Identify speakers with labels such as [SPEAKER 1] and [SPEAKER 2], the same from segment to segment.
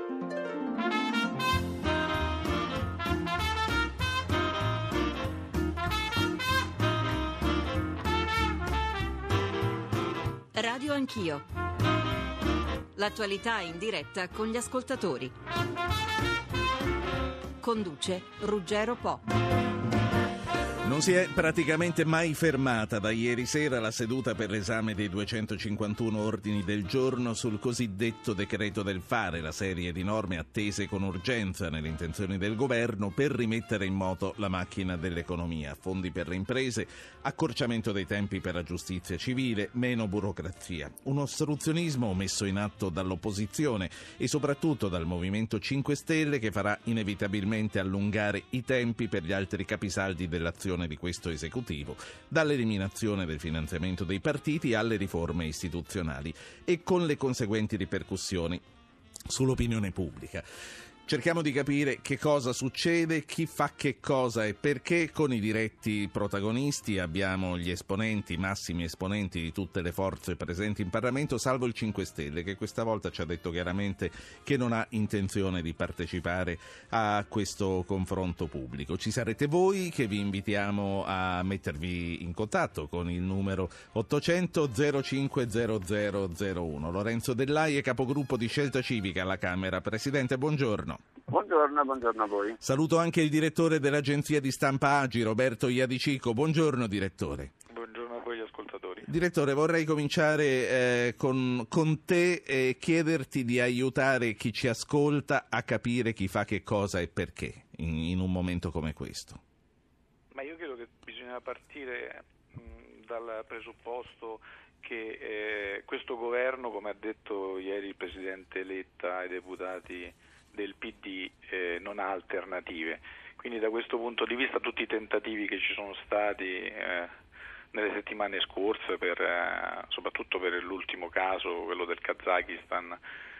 [SPEAKER 1] Radio Anch'io. L'attualità in diretta con gli ascoltatori. Conduce Ruggero Po.
[SPEAKER 2] Non si è praticamente mai fermata da ieri sera la seduta per l'esame dei 251 ordini del giorno sul cosiddetto decreto del fare, la serie di norme attese con urgenza nelle intenzioni del governo per rimettere in moto la macchina dell'economia. Fondi per le imprese, accorciamento dei tempi per la giustizia civile, meno burocrazia. Un ostruzionismo messo in atto dall'opposizione e soprattutto dal Movimento 5 Stelle che farà inevitabilmente allungare i tempi per gli altri capisaldi dell'azione di questo esecutivo, dall'eliminazione del finanziamento dei partiti alle riforme istituzionali e con le conseguenti ripercussioni sull'opinione pubblica. Cerchiamo di capire che cosa succede, chi fa che cosa e perché. Con i diretti protagonisti abbiamo gli esponenti, i massimi esponenti di tutte le forze presenti in Parlamento, salvo il 5 Stelle, che questa volta ci ha detto chiaramente che non ha intenzione di partecipare a questo confronto pubblico. Ci sarete voi, che vi invitiamo a mettervi in contatto con il numero 800 05 0001. Lorenzo Dell'Aie, capogruppo di Scelta Civica alla Camera. Presidente, buongiorno.
[SPEAKER 3] Buongiorno a voi.
[SPEAKER 2] Saluto anche il direttore dell'agenzia di stampa AGI, Roberto Iadicico. Buongiorno direttore.
[SPEAKER 4] Buongiorno a voi ascoltatori.
[SPEAKER 2] Direttore, vorrei cominciare con te e chiederti di aiutare chi ci ascolta a capire chi fa che cosa e perché in un momento come questo.
[SPEAKER 4] Ma io credo che bisogna partire dal presupposto che questo governo, come ha detto ieri il Presidente Letta ai deputati del PD, non ha alternative. Quindi da questo punto di vista tutti i tentativi che ci sono stati nelle settimane scorse, soprattutto per l'ultimo caso, quello del Kazakistan,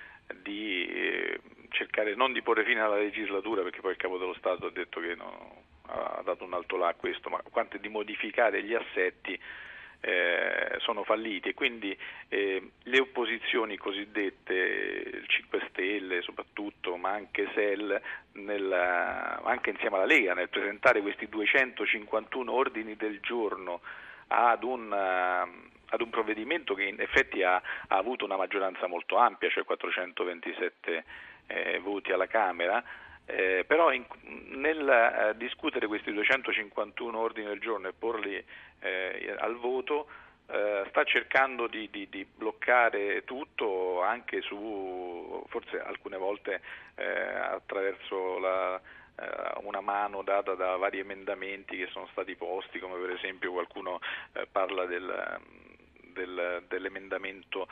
[SPEAKER 4] di cercare non di porre fine alla legislatura, perché poi il Capo dello Stato ha detto che ha dato un alto là a questo, ma quanto di modificare gli assetti, sono falliti, e quindi le opposizioni cosiddette, il 5 Stelle soprattutto, ma anche SEL, anche insieme alla Lega, nel presentare questi 251 ordini del giorno ad un provvedimento che in effetti ha avuto una maggioranza molto ampia, cioè 427 voti alla Camera. Però nel discutere questi 251 ordini del giorno e porli al voto sta cercando di bloccare tutto, anche forse alcune volte attraverso una mano data da vari emendamenti che sono stati posti, come per esempio qualcuno parla dell'emendamento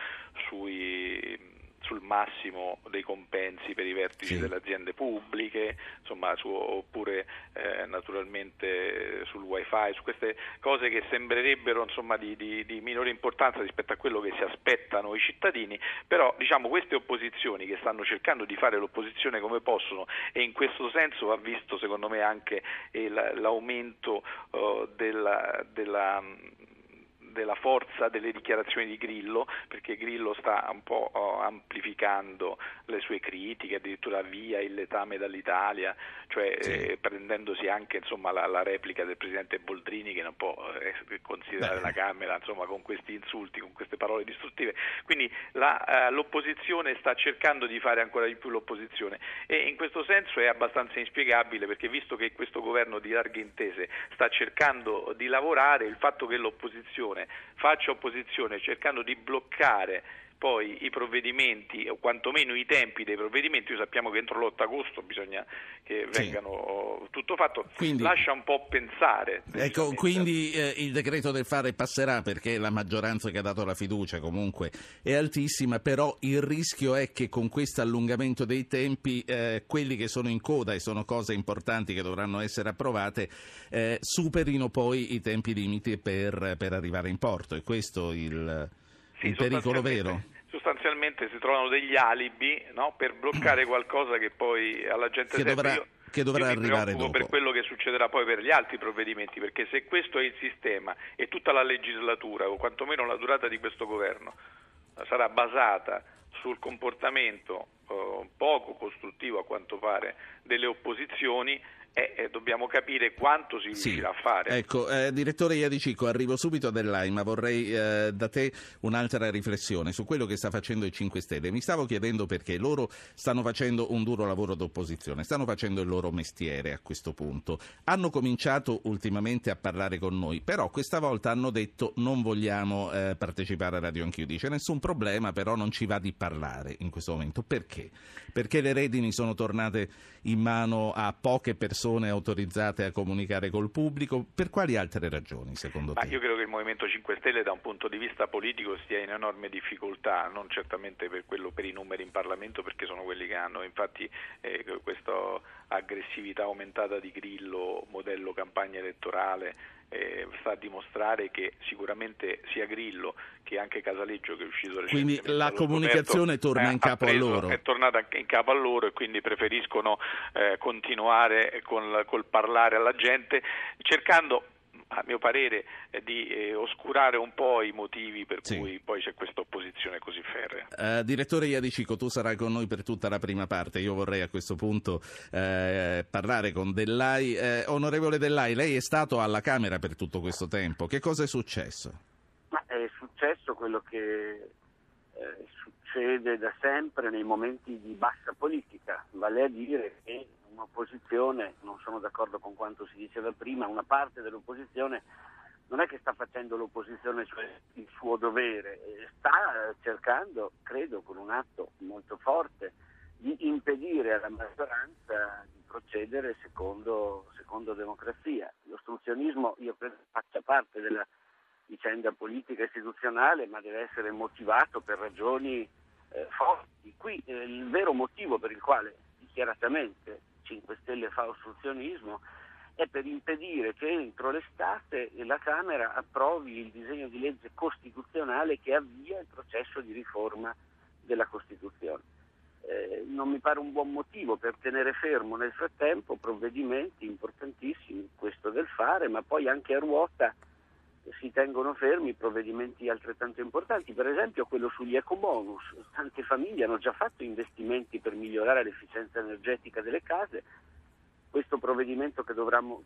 [SPEAKER 4] sul massimo dei compensi per i vertici delle aziende pubbliche, insomma, oppure naturalmente sul wifi, su queste cose che sembrerebbero insomma di minore importanza rispetto a quello che si aspettano i cittadini. Però diciamo queste opposizioni che stanno cercando di fare l'opposizione come possono, e in questo senso va visto secondo me anche l'aumento della forza delle dichiarazioni di Grillo, perché Grillo sta un po' amplificando le sue critiche, addirittura via il letame dall'Italia, cioè prendendosi anche insomma la replica del Presidente Boldrini, che non può considerare la Camera insomma con questi insulti, con queste parole distruttive. Quindi l'opposizione sta cercando di fare ancora di più l'opposizione, e in questo senso è abbastanza inspiegabile, perché visto che questo governo di larghe intese sta cercando di lavorare, il fatto che l'opposizione faccia opposizione cercando di bloccare poi i provvedimenti, o quantomeno i tempi dei provvedimenti, sappiamo che entro l'8 agosto bisogna che vengano tutto fatto, quindi lascia un po' pensare.
[SPEAKER 2] Ecco, quindi il decreto del fare passerà, perché la maggioranza che ha dato la fiducia comunque è altissima, però il rischio è che con questo allungamento dei tempi quelli che sono in coda, e sono cose importanti che dovranno essere approvate, superino poi i tempi limiti per arrivare in porto. È questo il pericolo vero?
[SPEAKER 4] Sostanzialmente si trovano degli alibi, no, per bloccare qualcosa che poi alla gente serve.
[SPEAKER 2] Che dovrà arrivare dopo.
[SPEAKER 4] Per quello che succederà poi per gli altri provvedimenti, perché se questo è il sistema e tutta la legislatura, o quantomeno la durata di questo governo, sarà basata sul comportamento poco costruttivo a quanto pare delle opposizioni, dobbiamo capire quanto si riuscirà a fare.
[SPEAKER 2] Ecco, direttore Iadicico, arrivo subito a Dell'Ai, ma vorrei da te un'altra riflessione su quello che sta facendo i 5 Stelle. Mi stavo chiedendo perché loro stanno facendo un duro lavoro d'opposizione, stanno facendo il loro mestiere a questo punto. Hanno cominciato ultimamente a parlare con noi, però questa volta hanno detto non vogliamo partecipare a Radio Anch'io. Dice nessun problema, però non ci va di parlare in questo momento. Perché? Perché le redini sono tornate in mano a poche persone autorizzate a comunicare col pubblico. Per quali altre ragioni, secondo te?
[SPEAKER 4] Io credo che il Movimento 5 Stelle da un punto di vista politico stia in enorme difficoltà, non certamente per i numeri in Parlamento, perché sono quelli che hanno. Infatti questa aggressività aumentata di Grillo, modello campagna elettorale, sta a dimostrare che sicuramente sia Grillo che anche Casaleggio, che è uscito recentemente,
[SPEAKER 2] quindi la comunicazione torna in capo a loro.
[SPEAKER 4] È tornata in capo a loro, e quindi preferiscono continuare col parlare alla gente, cercando, a mio parere, di oscurare un po' i motivi per cui poi c'è questa opposizione così ferrea.
[SPEAKER 2] Direttore Iadicico, tu sarai con noi per tutta la prima parte. Io vorrei a questo punto parlare con Dell'Ai. Onorevole Dell'Ai, lei è stato alla Camera per tutto questo tempo. Che cosa è successo?
[SPEAKER 3] Ma è successo quello che succede da sempre nei momenti di bassa politica, vale a dire che un'opposizione, non sono d'accordo con quanto si diceva prima, una parte dell'opposizione non è che sta facendo l'opposizione, cioè il suo dovere, sta cercando, credo con un atto molto forte, di impedire alla maggioranza di procedere secondo democrazia. L'ostruzionismo io credo faccia parte della vicenda politica e istituzionale, ma deve essere motivato per ragioni forti. Qui il vero motivo per il quale dichiaratamente 5 Stelle fa ostruzionismo è per impedire che entro l'estate la Camera approvi il disegno di legge costituzionale che avvia il processo di riforma della Costituzione. Non mi pare un buon motivo per tenere fermo nel frattempo provvedimenti importantissimi, questo del fare, ma poi anche a ruota si tengono fermi provvedimenti altrettanto importanti, per esempio quello sugli ecobonus. Tante famiglie hanno già fatto investimenti per migliorare l'efficienza energetica delle case. Questo provvedimento che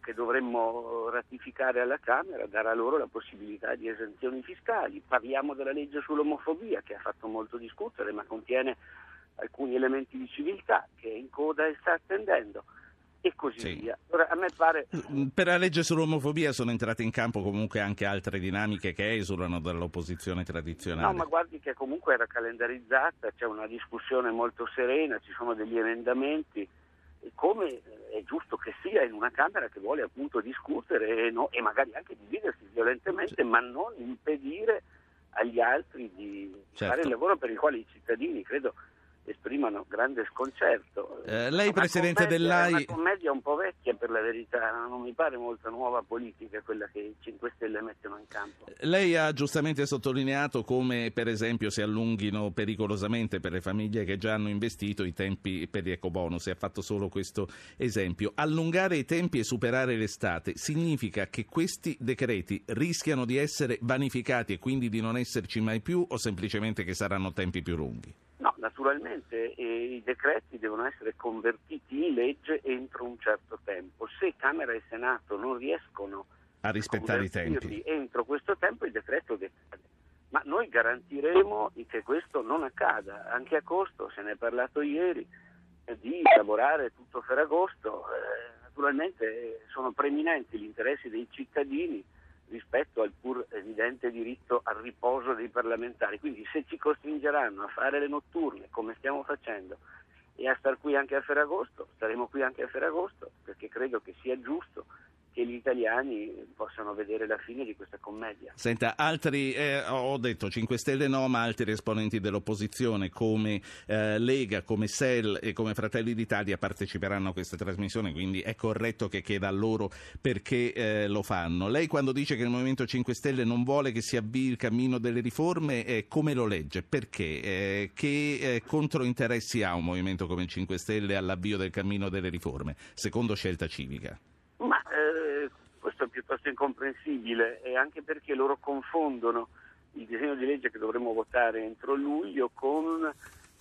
[SPEAKER 3] dovremmo ratificare alla Camera darà loro la possibilità di esenzioni fiscali. Parliamo della legge sull'omofobia, che ha fatto molto discutere, ma contiene alcuni elementi di civiltà, che è in coda e sta attendendo, e così via. Ora, a me pare...
[SPEAKER 2] Per la legge sull'omofobia sono entrate in campo comunque anche altre dinamiche che esulano dall'opposizione tradizionale.
[SPEAKER 3] No, ma guardi che comunque era calendarizzata, c'è una discussione molto serena, ci sono degli emendamenti, come è giusto che sia in una Camera che vuole appunto discutere e magari anche dividersi violentemente, ma non impedire agli altri di fare il lavoro per il quale i cittadini, credo, esprimano grande sconcerto.
[SPEAKER 2] Lei, Presidente Dell'Ai...
[SPEAKER 3] È una commedia un po' vecchia, per la verità, non mi pare molto nuova politica quella che i 5 Stelle mettono in campo.
[SPEAKER 2] Lei ha giustamente sottolineato come, per esempio, si allunghino pericolosamente per le famiglie che già hanno investito i tempi per gli ecobonus, e ha fatto solo questo esempio. Allungare i tempi e superare l'estate significa che questi decreti rischiano di essere vanificati e quindi di non esserci mai più, o semplicemente che saranno tempi più lunghi?
[SPEAKER 3] No, naturalmente i decreti devono essere convertiti in legge entro un certo tempo. Se Camera e Senato non riescono
[SPEAKER 2] a rispettare i tempi
[SPEAKER 3] entro questo tempo, il decreto decade. Ma noi garantiremo che questo non accada. Anche agosto, se ne è parlato ieri, di lavorare tutto Ferragosto. Naturalmente sono preminenti gli interessi dei cittadini rispetto al pur evidente diritto al riposo dei parlamentari. Quindi se ci costringeranno a fare le notturne come stiamo facendo e a star qui anche a Ferragosto, staremo qui anche a Ferragosto, perché credo che sia giusto che gli italiani possano vedere la fine di questa commedia.
[SPEAKER 2] Senta, altri, ho detto 5 Stelle no, ma altri esponenti dell'opposizione come Lega, come SEL e come Fratelli d'Italia parteciperanno a questa trasmissione, quindi è corretto che chieda a loro perché lo fanno. Lei, quando dice che il Movimento 5 Stelle non vuole che si avvii il cammino delle riforme, come lo legge? Perché? Che controinteressi ha un movimento come il 5 Stelle all'avvio del cammino delle riforme, secondo Scelta Civica?
[SPEAKER 3] Ma questo è piuttosto incomprensibile, e anche perché loro confondono il disegno di legge che dovremmo votare entro luglio con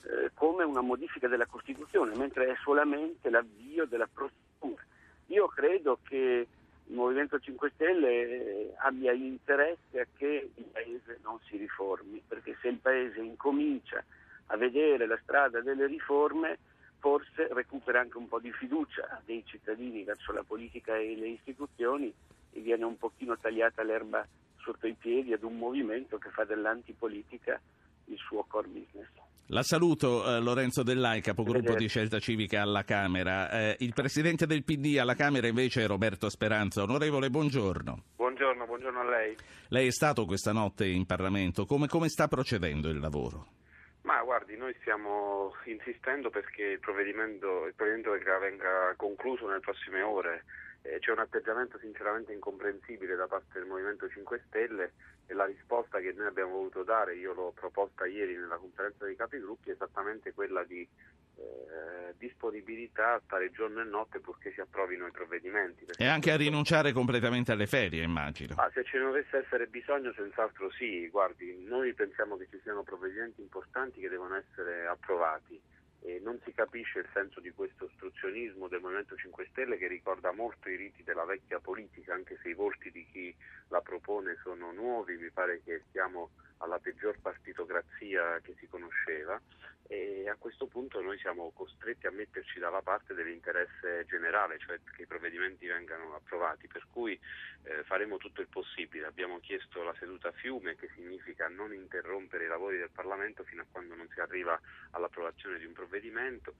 [SPEAKER 3] come una modifica della Costituzione, mentre è solamente l'avvio della procedura. Io credo che il Movimento 5 Stelle abbia interesse a che il Paese non si riformi, perché se il Paese incomincia a vedere la strada delle riforme, forse recupera anche un po' di fiducia dei cittadini verso la politica e le istituzioni e viene un pochino tagliata l'erba sotto i piedi ad un movimento che fa dell'antipolitica il suo core business.
[SPEAKER 2] La saluto, Lorenzo Dellai, capogruppo di Scelta Civica alla Camera. Il presidente del PD alla Camera invece è Roberto Speranza. Onorevole, buongiorno.
[SPEAKER 5] Buongiorno a lei.
[SPEAKER 2] Lei è stato questa notte in Parlamento. Come sta procedendo il lavoro?
[SPEAKER 5] Ma guardi, noi stiamo insistendo perché il provvedimento venga concluso nelle prossime ore. C'è un atteggiamento sinceramente incomprensibile da parte del Movimento 5 Stelle e la risposta che noi abbiamo voluto dare, io l'ho proposta ieri nella conferenza dei capigruppi, è esattamente quella di disponibilità a stare giorno e notte purché si approvino i provvedimenti.
[SPEAKER 2] E anche a rinunciare completamente alle ferie, immagino.
[SPEAKER 5] Se ce ne dovesse essere bisogno, senz'altro sì. Guardi, noi pensiamo che ci siano provvedimenti importanti che devono essere approvati. E non si capisce il senso di questo ostruzionismo del Movimento 5 Stelle che ricorda molto i riti della vecchia politica, anche se i volti di chi la propone sono nuovi. Mi pare che siamo alla peggior partitocrazia che si conosceva e a questo punto noi siamo costretti a metterci dalla parte dell'interesse generale, cioè che i provvedimenti vengano approvati, per cui faremo tutto il possibile. Abbiamo chiesto la seduta a fiume, che significa non interrompere i lavori del Parlamento fino a quando non si arriva all'approvazione di un provvedimento,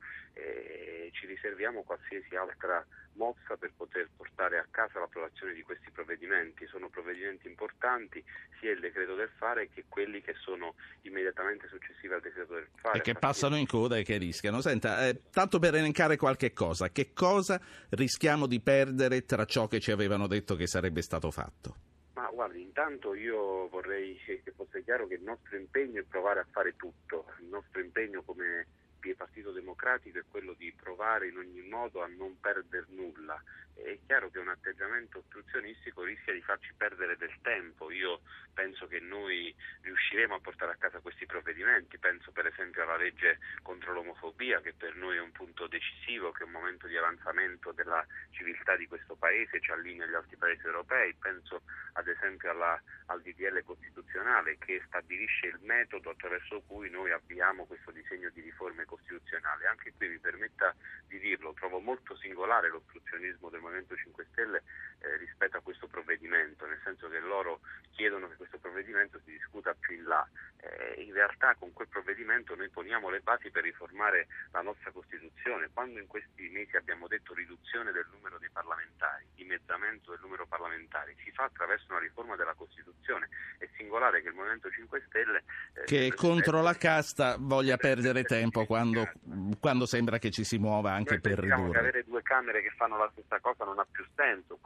[SPEAKER 5] e ci riserviamo qualsiasi altra mossa per poter portare a casa l'approvazione di questi provvedimenti. Sono provvedimenti importanti, sia il decreto del fare che quelli che sono immediatamente successivi al decreto del fare.
[SPEAKER 2] E che passano in coda e che rischiano. Senta, tanto per elencare qualche cosa, che cosa rischiamo di perdere tra ciò che ci avevano detto che sarebbe stato fatto?
[SPEAKER 5] Ma guardi, intanto io vorrei che fosse chiaro che il nostro impegno è provare a fare tutto. Il nostro impegno come Partito Democratico è quello di provare in ogni modo a non perdere nulla. È chiaro che un atteggiamento ostruzionistico rischia di farci perdere del tempo. Io penso che noi riusciremo a portare a casa questi provvedimenti, penso per esempio alla legge contro l'omofobia, che per noi è un punto decisivo, che è un momento di avanzamento della civiltà di questo Paese, ci allinea agli altri Paesi europei, penso ad esempio al DDL costituzionale che stabilisce il metodo attraverso cui noi avviamo questo disegno di riforme costituzionali. Anche qui mi permetta di dirlo, trovo molto singolare l'ostruzionismo del Movimento 5 Stelle rispetto a questo provvedimento, nel senso che loro chiedono che questo provvedimento si discuta più in là. In realtà con quel provvedimento noi poniamo le basi per riformare la nostra Costituzione. Quando in questi mesi abbiamo detto riduzione del numero dei parlamentari, dimezzamento del numero parlamentari, si fa attraverso una riforma della Costituzione. È singolare che il Movimento 5 Stelle
[SPEAKER 2] che contro la casta voglia perdere tempo quando sembra che ci si muova anche per ridurre.
[SPEAKER 5] Che avere due Camere che fanno la stessa cosa non ha più senso.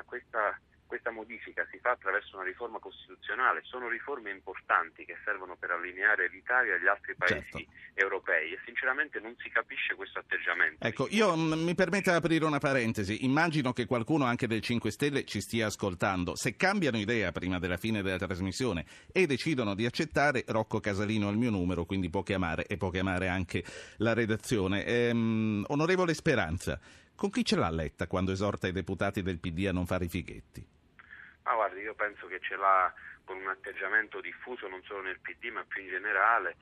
[SPEAKER 5] Questa modifica si fa attraverso una riforma costituzionale, sono riforme importanti che servono per allineare l'Italia agli altri paesi europei e sinceramente non si capisce questo atteggiamento.
[SPEAKER 2] Ecco, io mi permetta di aprire una parentesi, immagino che qualcuno anche del 5 Stelle ci stia ascoltando. Se cambiano idea prima della fine della trasmissione e decidono di accettare, Rocco Casalino è il mio numero, quindi può chiamare e può chiamare anche la redazione. Onorevole Speranza, con chi ce l'ha Letta quando esorta i deputati del PD a non fare i fighetti?
[SPEAKER 5] Ma guardi, io penso che ce l'ha con un atteggiamento diffuso non solo nel PD ma più in generale,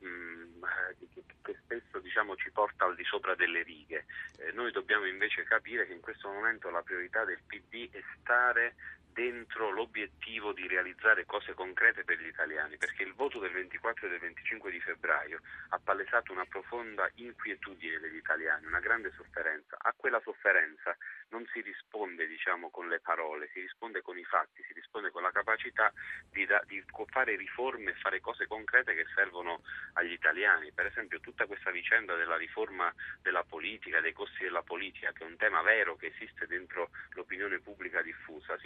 [SPEAKER 5] che spesso ci porta al di sopra delle righe. Noi dobbiamo invece capire che in questo momento la priorità del PD è stare dentro l'obiettivo di realizzare cose concrete per gli italiani, perché il voto del 24 e del 25 di febbraio ha palesato una profonda inquietudine degli italiani, una grande sofferenza. A quella sofferenza non si risponde con le parole, si risponde con i fatti, si risponde con la capacità di fare riforme e fare cose concrete che servono agli italiani. Per esempio tutta questa vicenda della riforma della politica, dei costi della politica, che è un tema vero che esiste dentro l'opinione pubblica diffusa, si risolve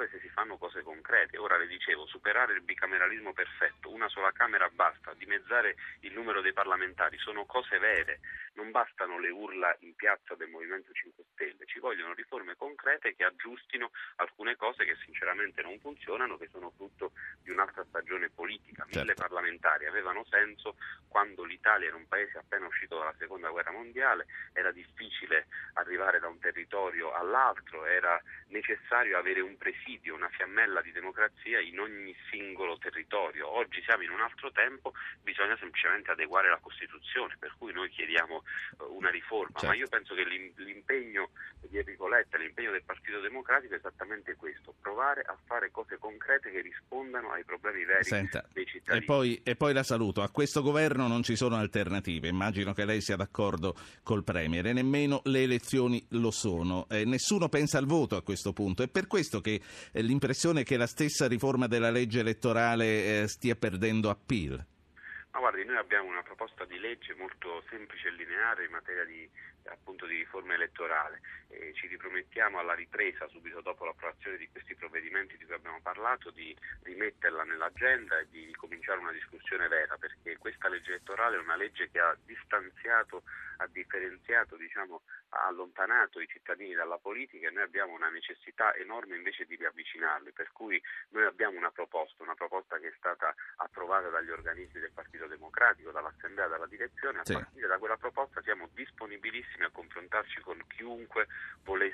[SPEAKER 5] serve se si fanno cose concrete. Ora le dicevo, superare il bicameralismo perfetto, una sola Camera basta, dimezzare il numero dei parlamentari, sono cose vere, non bastano le urla in piazza del Movimento 5 Stelle, ci vogliono riforme concrete che aggiustino alcune cose che sinceramente non funzionano, che sono frutto di un'altra stagione politica. 1000 parlamentari avevano senso quando l'Italia era un paese appena uscito dalla seconda guerra mondiale, era difficile arrivare da un territorio all'altro, era necessario avere un presidio, una fiammella di democrazia in ogni singolo territorio. Oggi siamo in un altro tempo, bisogna semplicemente adeguare la Costituzione, per cui noi chiediamo una riforma, ma io penso che l'impegno di Enrico Letta, l'impegno del Partito Democratico è esattamente questo, provare a fare cose concrete che rispondano ai problemi veri dei cittadini.
[SPEAKER 2] E poi la saluto, a questo governo non ci sono alternative, immagino che lei sia d'accordo col Premier, e nemmeno le elezioni lo sono, nessuno pensa al voto a questo punto, è per questo che l'impressione è che la stessa riforma della legge elettorale stia perdendo appeal.
[SPEAKER 5] Ma guardi, noi abbiamo una proposta di legge molto semplice e lineare in materia di riforma elettorale. Ci ripromettiamo alla ripresa, subito dopo l'approvazione di questi provvedimenti di cui abbiamo parlato, di rimetterla nell'agenda e di cominciare una discussione vera, perché questa legge elettorale è una legge che ha distanziato, ha differenziato, ha allontanato i cittadini dalla politica, e noi abbiamo una necessità enorme invece di riavvicinarli, per cui noi abbiamo una proposta che è stata approvata dagli organismi del Partito Democratico, dall'Assemblea, dalla direzione. A partire da quella proposta siamo disponibilissimi a confrontarci con chiunque volesse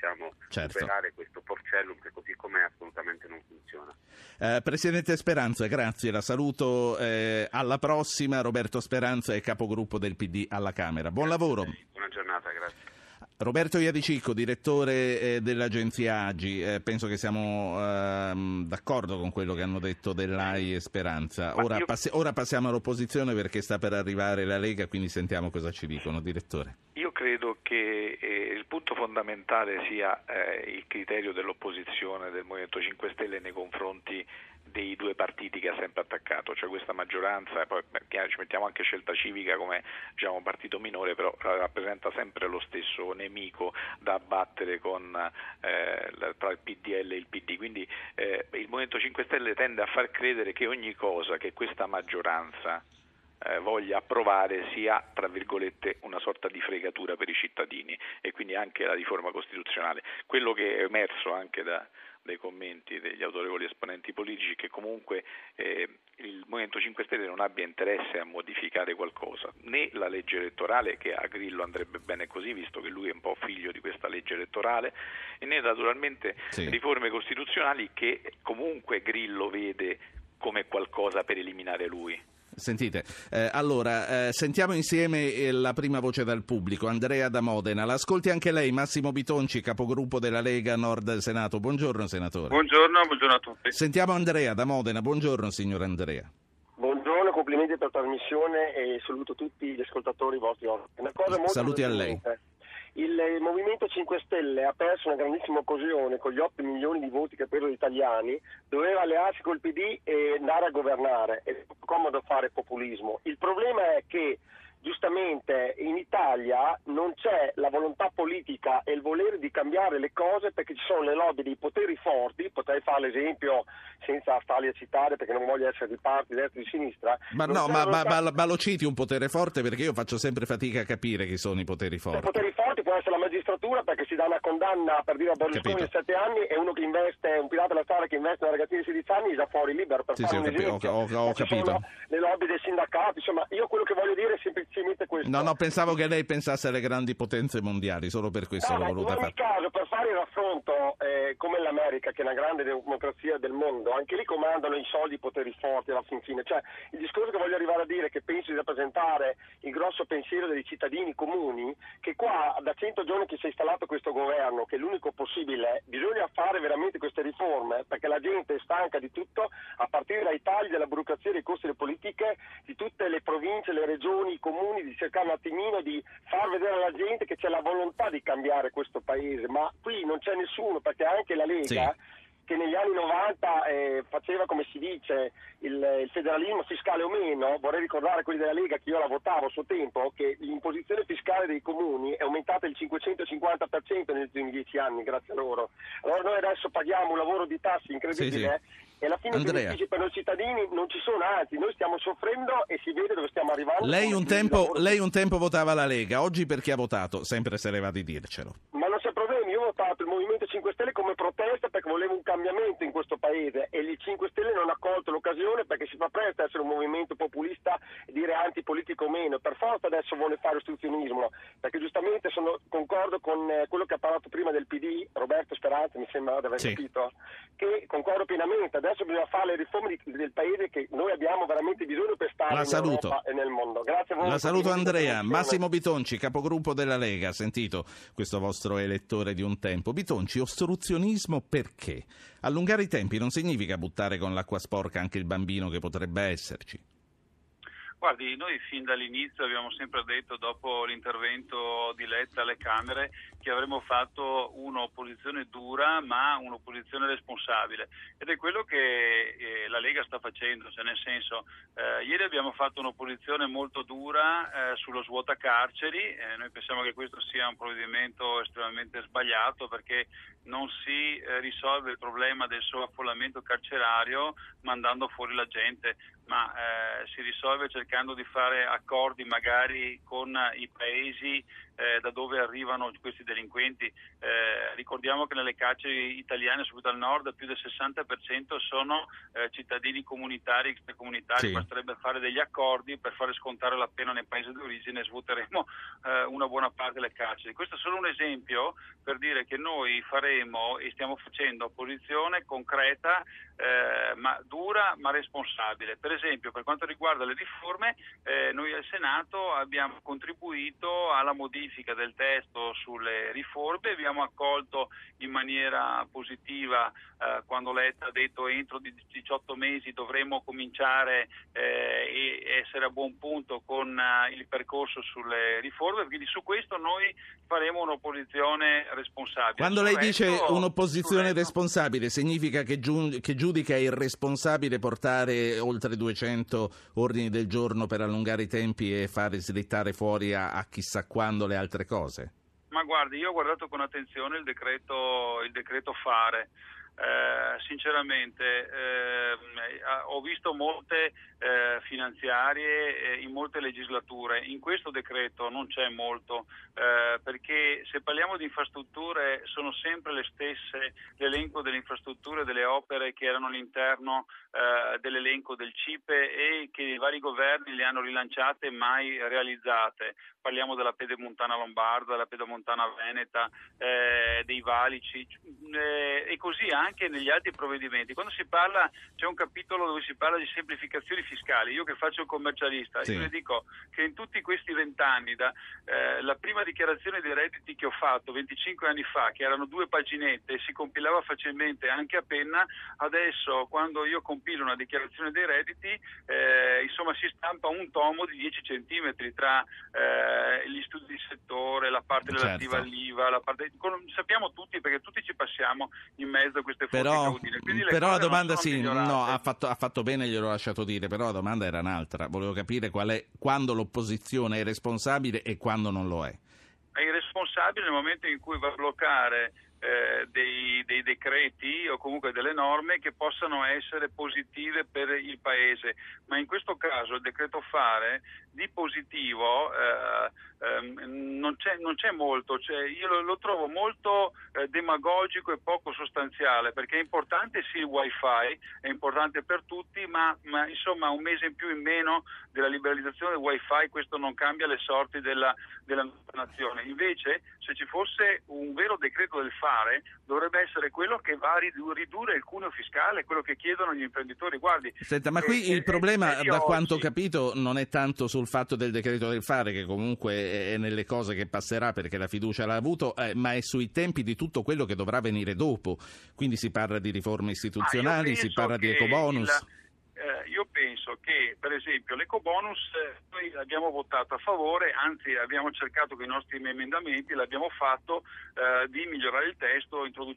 [SPEAKER 5] superare questo porcellum che così com'è assolutamente non funziona.
[SPEAKER 2] Presidente Speranza, grazie, la saluto, alla prossima. Roberto Speranza è capogruppo del PD alla Camera. Buon lavoro.
[SPEAKER 5] Buona giornata, grazie.
[SPEAKER 2] Roberto Iadicicco, direttore dell'agenzia AGI, penso che siamo d'accordo con quello che hanno detto Dell'Ai e Speranza. Ora passiamo all'opposizione perché sta per arrivare la Lega, quindi sentiamo cosa ci dicono. Direttore.
[SPEAKER 4] Io credo che il punto fondamentale sia il criterio dell'opposizione del Movimento 5 Stelle nei confronti dei due partiti che ha sempre attaccato, cioè questa maggioranza, e poi ci mettiamo anche Scelta Civica come un partito minore, però rappresenta sempre lo stesso nemico da abbattere tra il PDL e il PD, quindi il Movimento 5 Stelle tende a far credere che ogni cosa che questa maggioranza voglia approvare sia, tra virgolette, una sorta di fregatura per i cittadini, e quindi anche la riforma costituzionale. Quello che è emerso anche dai commenti degli autorevoli esponenti politici, che comunque il Movimento 5 Stelle non abbia interesse a modificare qualcosa, né la legge elettorale, che a Grillo andrebbe bene così, visto che lui è un po' figlio di questa legge elettorale, e né naturalmente riforme costituzionali che comunque Grillo vede come qualcosa per eliminare lui.
[SPEAKER 2] Sentite, allora sentiamo insieme la prima voce dal pubblico, Andrea da Modena. L'ascolti anche lei, Massimo Bitonci, capogruppo della Lega Nord Senato. Buongiorno senatore.
[SPEAKER 6] Buongiorno a tutti.
[SPEAKER 2] Sentiamo Andrea da Modena. Buongiorno signor Andrea.
[SPEAKER 6] Buongiorno, complimenti per la trasmissione e saluto tutti gli ascoltatori vostri. Una cosa molto
[SPEAKER 2] Saluti a lei.
[SPEAKER 6] Il Movimento 5 Stelle ha perso una grandissima occasione con gli 8 milioni di voti che ha preso gli italiani, doveva allearsi col PD e andare a governare, è comodo fare populismo. Il problema è che giustamente in Italia non c'è la volontà politica e il volere di cambiare le cose, perché ci sono le lobby dei poteri forti. Potrei fare l'esempio senza starli a citare perché non voglio essere di parte, di destra o di sinistra.
[SPEAKER 2] Ma lo citi un potere forte, perché io faccio sempre fatica a capire chi sono i poteri forti.
[SPEAKER 6] I poteri forti può essere la magistratura, perché si dà una condanna per dire a Berlusconi di 7 anni, e uno che investe, un pirata della strada che investe una ragazzina di 16 anni, già fuori libero, per fare un esempio.
[SPEAKER 2] Ho capito.
[SPEAKER 6] Sono le lobby dei sindacati, insomma, io quello che voglio dire è semplicemente questo.
[SPEAKER 2] No, pensavo che lei pensasse alle grandi potenze mondiali, solo per questo l'ho voluta fare.
[SPEAKER 6] In ogni caso, per fare il raffronto, come l'America, che è una grande democrazia del mondo, anche lì comandano i soldi, i poteri forti alla fin fine. Cioè, il discorso che voglio arrivare a dire è che penso di rappresentare il grosso pensiero dei cittadini comuni, che qua da 100 giorni che si è installato questo governo, che è l'unico possibile, bisogna fare veramente queste riforme, perché la gente è stanca di tutto, a partire dai tagli della burocrazia, dei costi delle politiche, di tutte le province, le regioni, i comuni, di cercare un attimino di far vedere alla gente che c'è la volontà di cambiare questo paese, ma qui non c'è nessuno, perché anche la Lega che negli anni 90 faceva, come si dice, il federalismo fiscale o meno. Vorrei ricordare a quelli della Lega, che io la votavo a suo tempo, che l'imposizione fiscale dei comuni è aumentata il 550% negli ultimi 10 anni, grazie a loro. Allora noi adesso paghiamo un lavoro di tasse incredibile,
[SPEAKER 2] Sì.
[SPEAKER 6] e alla fine i benefici per noi cittadini non ci sono, anzi noi stiamo soffrendo e si vede dove stiamo arrivando.
[SPEAKER 2] Lei un tempo votava la Lega, oggi perché ha votato? Sempre se le va di dircelo.
[SPEAKER 6] Ma non c'è problema, io ho votato il Movimento 5 Stelle come protesta perché volevo un cambiamento in questo paese, e il 5 Stelle non ha colto l'occasione perché si fa presto a essere un movimento populista e dire antipolitico o meno. Per forza adesso vuole fare ostruzionismo, perché giustamente concordo con quello che ha parlato prima del PD, Roberto Speranza, mi sembra di aver capito, che concordo pienamente. Adesso bisogna fare le riforme del paese che noi abbiamo veramente bisogno per stare Europa e nel mondo. Grazie a voi.
[SPEAKER 2] La saluto Andrea. Massimo Bitonci, capogruppo della Lega, ha sentito questo vostro elettore di un tempo. Bitonci, ostruzionismo perché? Allungare i tempi non significa buttare con l'acqua sporca anche il bambino che potrebbe esserci.
[SPEAKER 7] Guardi, noi fin dall'inizio abbiamo sempre detto, dopo l'intervento di Letta alle Camere, che avremmo fatto un'opposizione dura ma un'opposizione responsabile, ed è quello che la Lega sta facendo, cioè nel senso, ieri abbiamo fatto un'opposizione molto dura sullo svuota carceri. Noi pensiamo che questo sia un provvedimento estremamente sbagliato, perché non si risolve il problema del sovraffollamento carcerario mandando fuori la gente, ma si risolve cercando di fare accordi magari con i paesi da dove arrivano questi delinquenti. Ricordiamo che nelle carceri italiane, soprattutto al nord, più del 60% sono cittadini comunitari, extracomunitari.
[SPEAKER 2] Sì.
[SPEAKER 7] Basterebbe fare degli accordi per fare scontare la pena nel paese d'origine e svuoteremo una buona parte delle carceri. Questo è solo un esempio per dire che noi faremo e stiamo facendo opposizione concreta, ma dura ma responsabile. Per esempio, per quanto riguarda le riforme, noi al Senato abbiamo contribuito alla modifica del testo sulle riforme, abbiamo accolto in maniera positiva quando Letta ha detto entro 18 mesi dovremo cominciare e essere a buon punto con il percorso sulle riforme, quindi su questo noi faremo un'opposizione responsabile.
[SPEAKER 2] Quando lei dice un'opposizione responsabile, significa che giudica irresponsabile portare oltre 200 ordini del giorno per allungare i tempi e fare slittare fuori a chissà quando le altre cose?
[SPEAKER 7] Ma guardi, io ho guardato con attenzione il decreto fare. Sinceramente ho visto molte finanziarie in molte legislature. In questo decreto non c'è molto, perché se parliamo di infrastrutture sono sempre le stesse, l'elenco delle infrastrutture, delle opere che erano all'interno dell'elenco del CIPE e che i vari governi le hanno rilanciate mai realizzate. Parliamo della Pedemontana Lombarda, della Pedemontana Veneta, dei valici e così anche negli altri provvedimenti. Quando si parla, c'è un capitolo dove si parla di semplificazioni fiscali. Io che faccio il commercialista,
[SPEAKER 2] sì,
[SPEAKER 7] io le dico che in tutti questi 20 anni, la prima dichiarazione dei redditi che ho fatto 25 anni fa, che erano 2 paginette e si compilava facilmente anche a penna, adesso quando io compilo una dichiarazione dei redditi insomma si stampa un tomo di 10 centimetri tra gli studi di settore, la parte relativa all'IVA, la parte... sappiamo tutti, perché tutti ci passiamo in mezzo a queste fonti caudine.
[SPEAKER 2] Però la domanda ha fatto bene, gliel'ho lasciato dire, però la domanda era un'altra. Volevo capire quando l'opposizione è responsabile e quando non lo è.
[SPEAKER 7] È irresponsabile nel momento in cui va a bloccare dei decreti o comunque delle norme che possano essere positive per il Paese, ma in questo caso il decreto fare di positivo non c'è molto, io lo trovo molto demagogico e poco sostanziale, perché è importante sì il wifi, è importante per tutti, ma insomma un mese in più in meno della liberalizzazione del wifi, questo non cambia le sorti della nazione. Invece se ci fosse un vero decreto del fare, dovrebbe essere quello che va a ridurre il cuneo fiscale, quello che chiedono gli imprenditori. Guardi,
[SPEAKER 2] senta, ma qui il problema, da quanto ho capito, non è tanto sul fatto del decreto del fare, che comunque è nelle cose che passerà perché la fiducia l'ha avuto, ma è sui tempi di tutto quello che dovrà venire dopo. Quindi si parla di riforme istituzionali, si parla di ecobonus.
[SPEAKER 7] Io penso che per esempio l'ecobonus noi abbiamo votato a favore, anzi abbiamo cercato con i nostri emendamenti, l'abbiamo fatto di migliorare il testo introducendo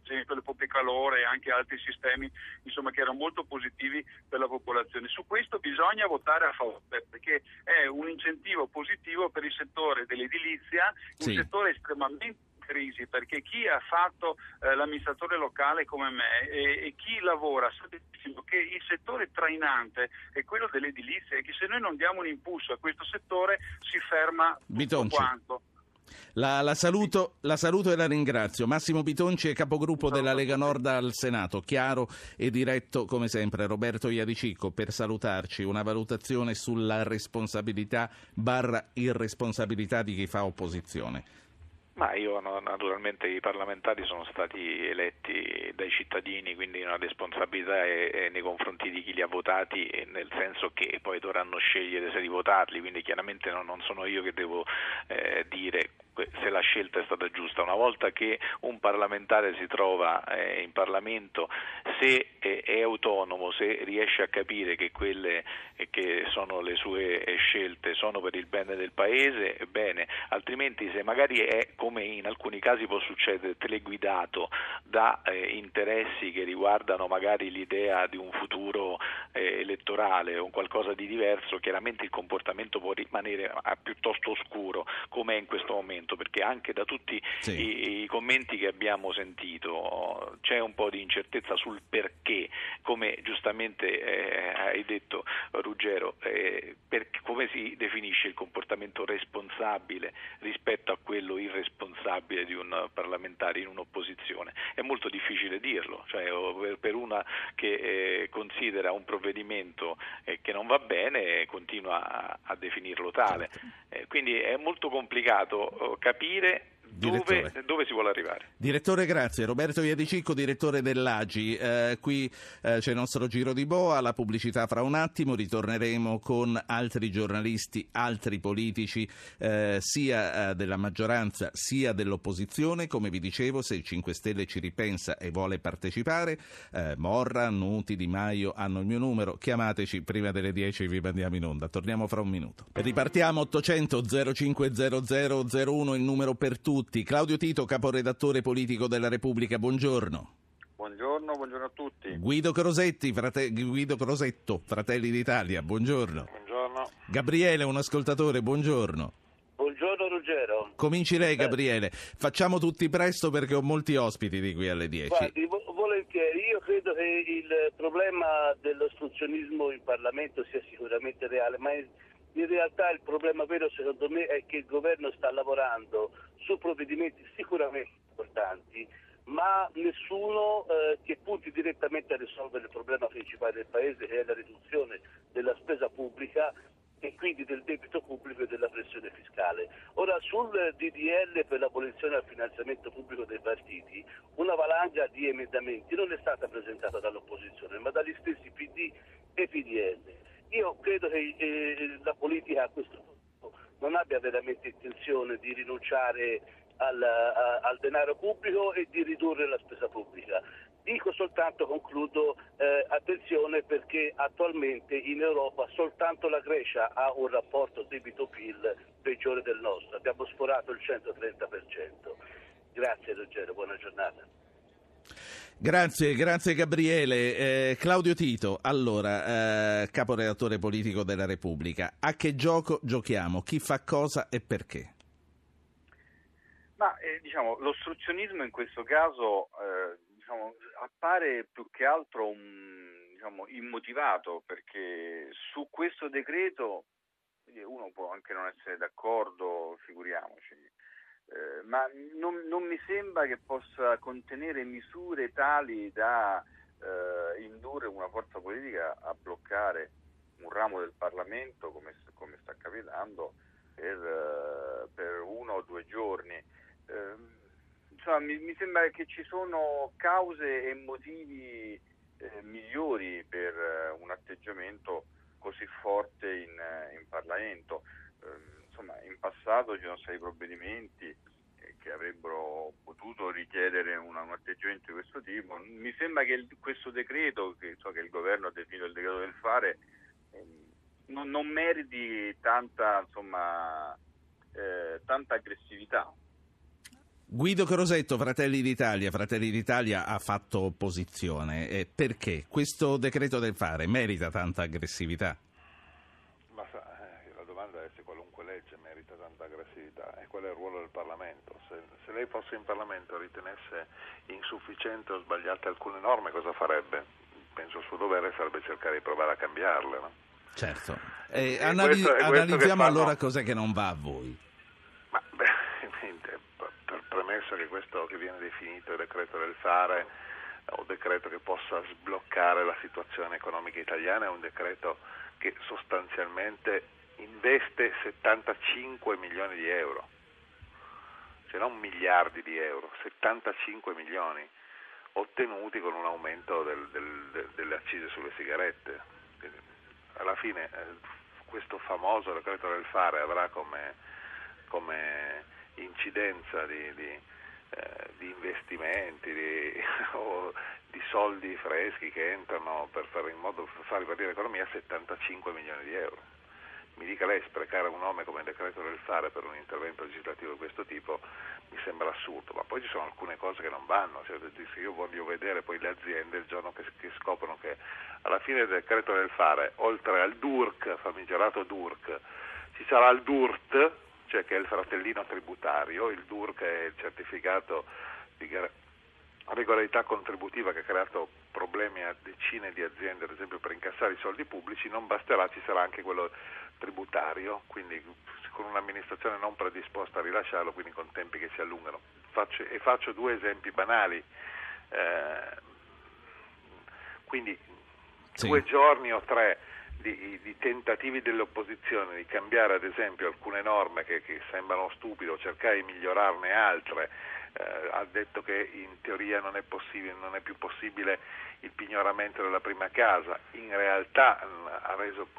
[SPEAKER 7] esempio le pompe calore e anche altri sistemi, insomma, che erano molto positivi per la popolazione. Su questo bisogna votare a favore, perché è un incentivo positivo per il settore dell'edilizia, un settore estremamente in crisi, perché chi ha fatto l'amministratore locale come me e chi lavora sa benissimo che il settore trainante è quello dell'edilizia e che se noi non diamo un impulso a questo settore si ferma tutto quanto.
[SPEAKER 2] La saluto e la ringrazio. Massimo Bitonci è capogruppo della Lega Nord al Senato, chiaro e diretto come sempre. Roberto Iadicicco, per salutarci, una valutazione sulla responsabilità / irresponsabilità di chi fa opposizione.
[SPEAKER 4] Ma io naturalmente i parlamentari sono stati eletti dai cittadini, quindi una responsabilità è nei confronti di chi li ha votati, nel senso che poi dovranno scegliere se rivotarli, quindi chiaramente non sono io che devo dire se la scelta è stata giusta. Una volta che un parlamentare si trova in Parlamento, se è autonomo, se riesce a capire che quelle che sono le sue scelte sono per il bene del Paese, bene, altrimenti se magari è, come in alcuni casi può succedere, teleguidato da interessi che riguardano magari l'idea di un futuro elettorale o qualcosa di diverso, chiaramente il comportamento può rimanere piuttosto oscuro, come è in questo momento, perché anche da tutti i commenti che abbiamo sentito c'è un po' di incertezza sul perché, come giustamente hai detto Ruggero, come si definisce il comportamento responsabile rispetto a quello irresponsabile di un parlamentare in un'opposizione. È molto difficile dirlo, cioè per una che considera un provvedimento che non va bene continua a definirlo tale, quindi è molto complicato capire dove si vuole arrivare.
[SPEAKER 2] Direttore, grazie. Roberto Iadicicco, direttore dell'AGI. Qui c'è il nostro giro di boa, la pubblicità fra un attimo, ritorneremo con altri giornalisti, altri politici, sia della maggioranza sia dell'opposizione. Come vi dicevo, se il 5 Stelle ci ripensa e vuole partecipare, Morra, Nuti, Di Maio hanno il mio numero, chiamateci prima delle 10 vi mandiamo in onda. Torniamo fra un minuto. Ripartiamo 800 0500 01, il numero per tutti. Claudio Tito, caporedattore politico della Repubblica, buongiorno.
[SPEAKER 8] Buongiorno a tutti.
[SPEAKER 2] Guido Crosetto, Fratelli d'Italia, buongiorno.
[SPEAKER 8] Buongiorno.
[SPEAKER 2] Gabriele, un ascoltatore, buongiorno.
[SPEAKER 9] Buongiorno Ruggero.
[SPEAKER 2] Cominci lei, Gabriele. Facciamo tutti presto perché ho molti ospiti di qui alle 10.
[SPEAKER 9] Guardi, volentieri. Io credo che il problema dell'ostruzionismo in Parlamento sia sicuramente reale, ma in realtà il problema vero secondo me è che il governo sta lavorando su provvedimenti sicuramente importanti, ma nessuno che punti direttamente a risolvere il problema principale del Paese, che è la riduzione della spesa pubblica e quindi del debito pubblico e della pressione fiscale. Ora, sul DDL per l'abolizione del finanziamento pubblico dei partiti, una valanga di emendamenti non è stata presentata dall'opposizione, ma dagli stessi PD e PDL. Io credo che la politica a questo punto non abbia veramente intenzione di rinunciare al denaro pubblico e di ridurre la spesa pubblica. Dico soltanto, concludo, attenzione, perché attualmente in Europa soltanto la Grecia ha un rapporto debito-PIL peggiore del nostro, abbiamo sforato il 130%. Grazie Ruggero, buona giornata.
[SPEAKER 2] Grazie Gabriele. Claudio Tito, allora, caporedattore politico della Repubblica, a che gioco giochiamo? Chi fa cosa e perché?
[SPEAKER 8] Ma l'ostruzionismo in questo caso appare più che altro immotivato, perché su questo decreto uno può anche non essere d'accordo, figuriamoci, ma non mi sembra che possa contenere misure tali da indurre una forza politica a bloccare un ramo del Parlamento, come sta capitando, per 1 o 2 giorni. Mi sembra che ci sono cause e motivi migliori per un atteggiamento così forte in Parlamento. In passato ci sono stati provvedimenti che avrebbero potuto richiedere un atteggiamento di questo tipo. Mi sembra che questo decreto, che il governo ha definito il decreto del fare, non meriti tanta aggressività.
[SPEAKER 2] Guido Crosetto, Fratelli d'Italia ha fatto opposizione. Perché questo decreto del fare merita tanta aggressività?
[SPEAKER 10] Ma la domanda è se qualunque legge merita tanta aggressività e qual è il ruolo del Parlamento. Se lei fosse in Parlamento e ritenesse insufficiente o sbagliate alcune norme, cosa farebbe? Penso il suo dovere sarebbe cercare di provare a cambiarle, no?
[SPEAKER 2] Certo.
[SPEAKER 10] Analizziamo
[SPEAKER 2] allora cos'è che non va a voi.
[SPEAKER 10] Ma premesso che questo che viene definito il decreto del fare o decreto che possa sbloccare la situazione economica italiana è un decreto che sostanzialmente investe 75 milioni di euro, cioè non miliardi di euro, 75 milioni ottenuti con un aumento delle accise sulle sigarette. Quindi, alla fine questo famoso decreto del fare avrà come incidenza di investimenti o di soldi freschi che entrano per fare in modo per far ripartire l'economia 75 milioni di euro. Mi dica lei, sprecare un nome come decreto del fare per un intervento legislativo di questo tipo mi sembra assurdo, ma poi ci sono alcune cose che non vanno, cioè, se io voglio vedere poi le aziende il giorno che scoprono che alla fine del decreto del fare, oltre al DURC, famigerato DURC, ci sarà il DURT, cioè che è il fratellino tributario. Il DURC è il certificato di regolarità contributiva che ha creato problemi a decine di aziende, ad esempio per incassare i soldi pubblici. Non basterà, ci sarà anche quello tributario, quindi con un'amministrazione non predisposta a rilasciarlo, quindi con tempi che si allungano. Faccio due esempi banali, quindi sì. 2 giorni o 3 di tentativi dell'opposizione di cambiare ad esempio alcune norme che sembrano stupide o cercare di migliorarne altre. Ha detto che in teoria non è più possibile il pignoramento della prima casa. In realtà ha reso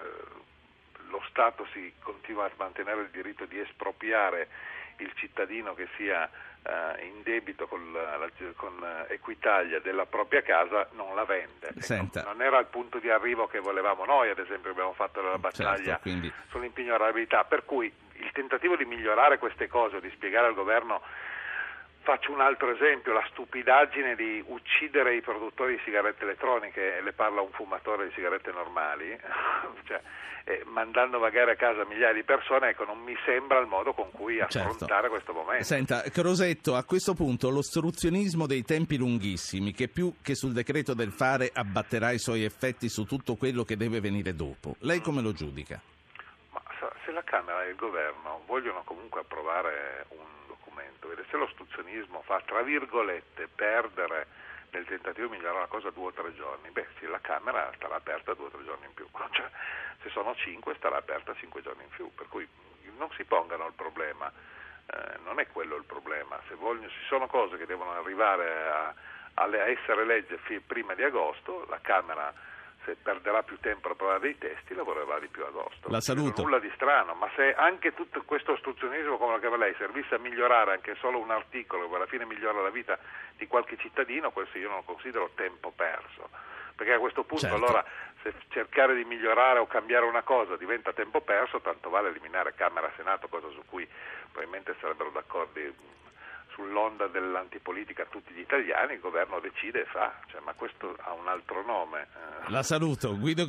[SPEAKER 10] lo Stato si continua a mantenere il diritto di espropriare il cittadino che sia in debito con Equitalia della propria casa, non la vende. Ecco, non era il punto di arrivo che volevamo noi, ad esempio abbiamo fatto la battaglia sull'impignorabilità, per cui il tentativo di migliorare queste cose o di spiegare al governo. Faccio un altro esempio, la stupidaggine di uccidere i produttori di sigarette elettroniche, le parla un fumatore di sigarette normali, cioè, mandando magari a casa migliaia di persone. Ecco, non mi sembra il modo con cui affrontare questo momento.
[SPEAKER 2] Senta, Crosetto, a questo punto l'ostruzionismo dei tempi lunghissimi, che più che sul decreto del fare abbatterà i suoi effetti su tutto quello che deve venire dopo, lei come lo giudica?
[SPEAKER 10] Ma se la Camera e il Governo vogliono comunque approvare un documento, se l'ostruzionismo fa, tra virgolette, perdere nel tentativo di migliorare la cosa 2 o 3 giorni, sì, la Camera starà aperta 2 o 3 giorni in più, cioè, se sono 5 starà aperta 5 giorni in più, per cui non si pongano il problema, non è quello il problema. Se ci sono cose che devono arrivare a essere legge prima di agosto, la Camera, se perderà più tempo a provare dei testi, lavorerà di più agosto.
[SPEAKER 2] La saluto.
[SPEAKER 10] Nulla di strano, ma se anche tutto questo ostruzionismo come lo chiama lei servisse a migliorare anche solo un articolo che alla fine migliora la vita di qualche cittadino, questo io non lo considero tempo perso, perché a questo punto allora se cercare di migliorare o cambiare una cosa diventa tempo perso, tanto vale eliminare Camera e Senato, cosa su cui probabilmente sarebbero d'accordo sull'onda dell'antipolitica tutti gli italiani. Il governo decide e fa, ma questo ha un altro nome.
[SPEAKER 2] La saluto, Guido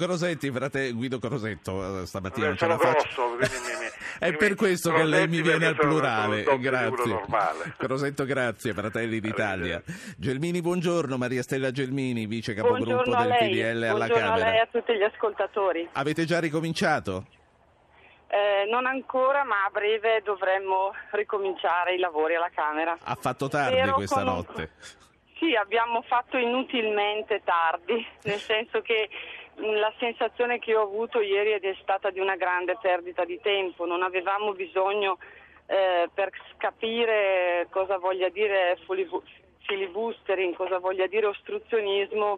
[SPEAKER 2] Crosetto, stamattina non ce la
[SPEAKER 10] faccio.
[SPEAKER 2] È per questo che lei mi viene al plurale. Grazie. Crosetto, grazie, Fratelli d'Italia. Gelmini, buongiorno, Maria Stella Gelmini, vice capogruppo del PDL alla Camera.
[SPEAKER 11] Buongiorno a lei e a tutti gli ascoltatori.
[SPEAKER 2] Avete già ricominciato?
[SPEAKER 11] Non ancora, ma a breve dovremmo ricominciare i lavori alla Camera.
[SPEAKER 2] Ha fatto tardi questa notte?
[SPEAKER 11] Sì, abbiamo fatto inutilmente tardi, nel senso che la sensazione che ho avuto ieri è stata di una grande perdita di tempo. Non avevamo bisogno per capire cosa voglia dire filibustering, cosa voglia dire ostruzionismo